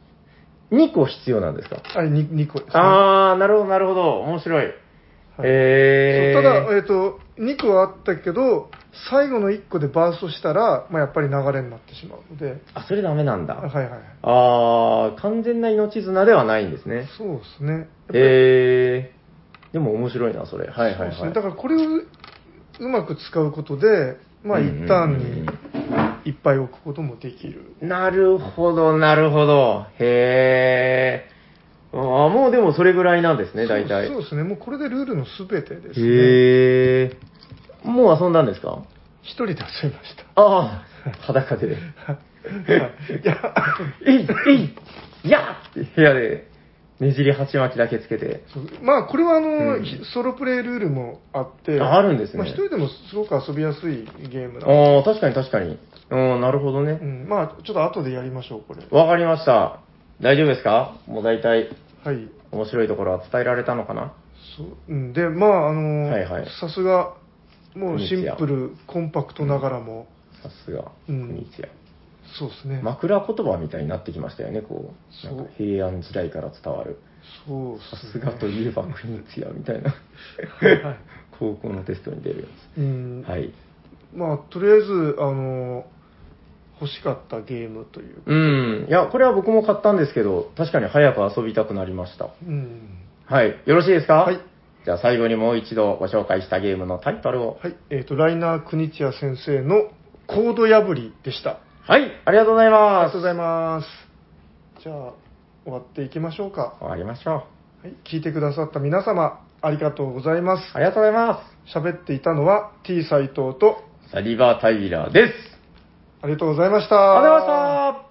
2個必要なんですか？ はい、2個ですね。 あー、なるほど、なるほど。面白い。 はい、そうただ、2個あったけど、最後の1個でバーストしたら、まあ、やっぱり流れになってしまうので。 あ、それダメなんだ。 はいはい。 あー、完全な命綱ではないんですね。 そうですね。 でも面白いな、それ。はいはいはい。 そうですね。だからこれをうまく使うことで、まあ、一旦にいっぱい置くこともできる。 なるほど、なるほど。へー。もうでもそれぐらいなんですね、大体。 そうですね。もうこれでルールのすべてですね。 へー。もう遊んだんですか？ 一人で遊びました。 ああ、裸で。 いや、 いやって部屋でねじり鉢巻きだけつけて。 まあ、これはんソロプレイルールもあって、 あるんですね。 まあ、一人でもすごく遊びやすいゲームなああ、確かに確かに。なるほどね。 まあ、ちょっと後でやりましょう、これ。 わかりました。大丈夫ですか？もう大体、 はい。 面白いところは伝えられたのかな？ で、まあ、 はいはいさすが、もうシンプル、コンパクトながらも、 さすが、国津屋。 そうですね。 枕言葉みたいになってきましたよね、こう。なんか平安時代から伝わる。 そうさすがといえば国津屋みたいな。 はい、 高校のテストに出るやつ。はい。 まあ、とりあえず、欲しかったゲームという。 いや、これは僕も買ったんですけど、確かに早く遊びたくなりました。はい。よろしいですか？ はい。 じゃあ最後にもう一度ご紹介したゲームのタイトルを。 はい。ライナー・クニチヤ先生のコード破りでした。 はい。ありがとうございます。 ありがとうございます。じゃあ、終わっていきましょうか。 終わりましょう。はい。聞いてくださった皆様、ありがとうございます。 ありがとうございます。喋っていたのは T 斎藤とサリバー・タイラーです。 ありがとうございました。 ありがとうございました。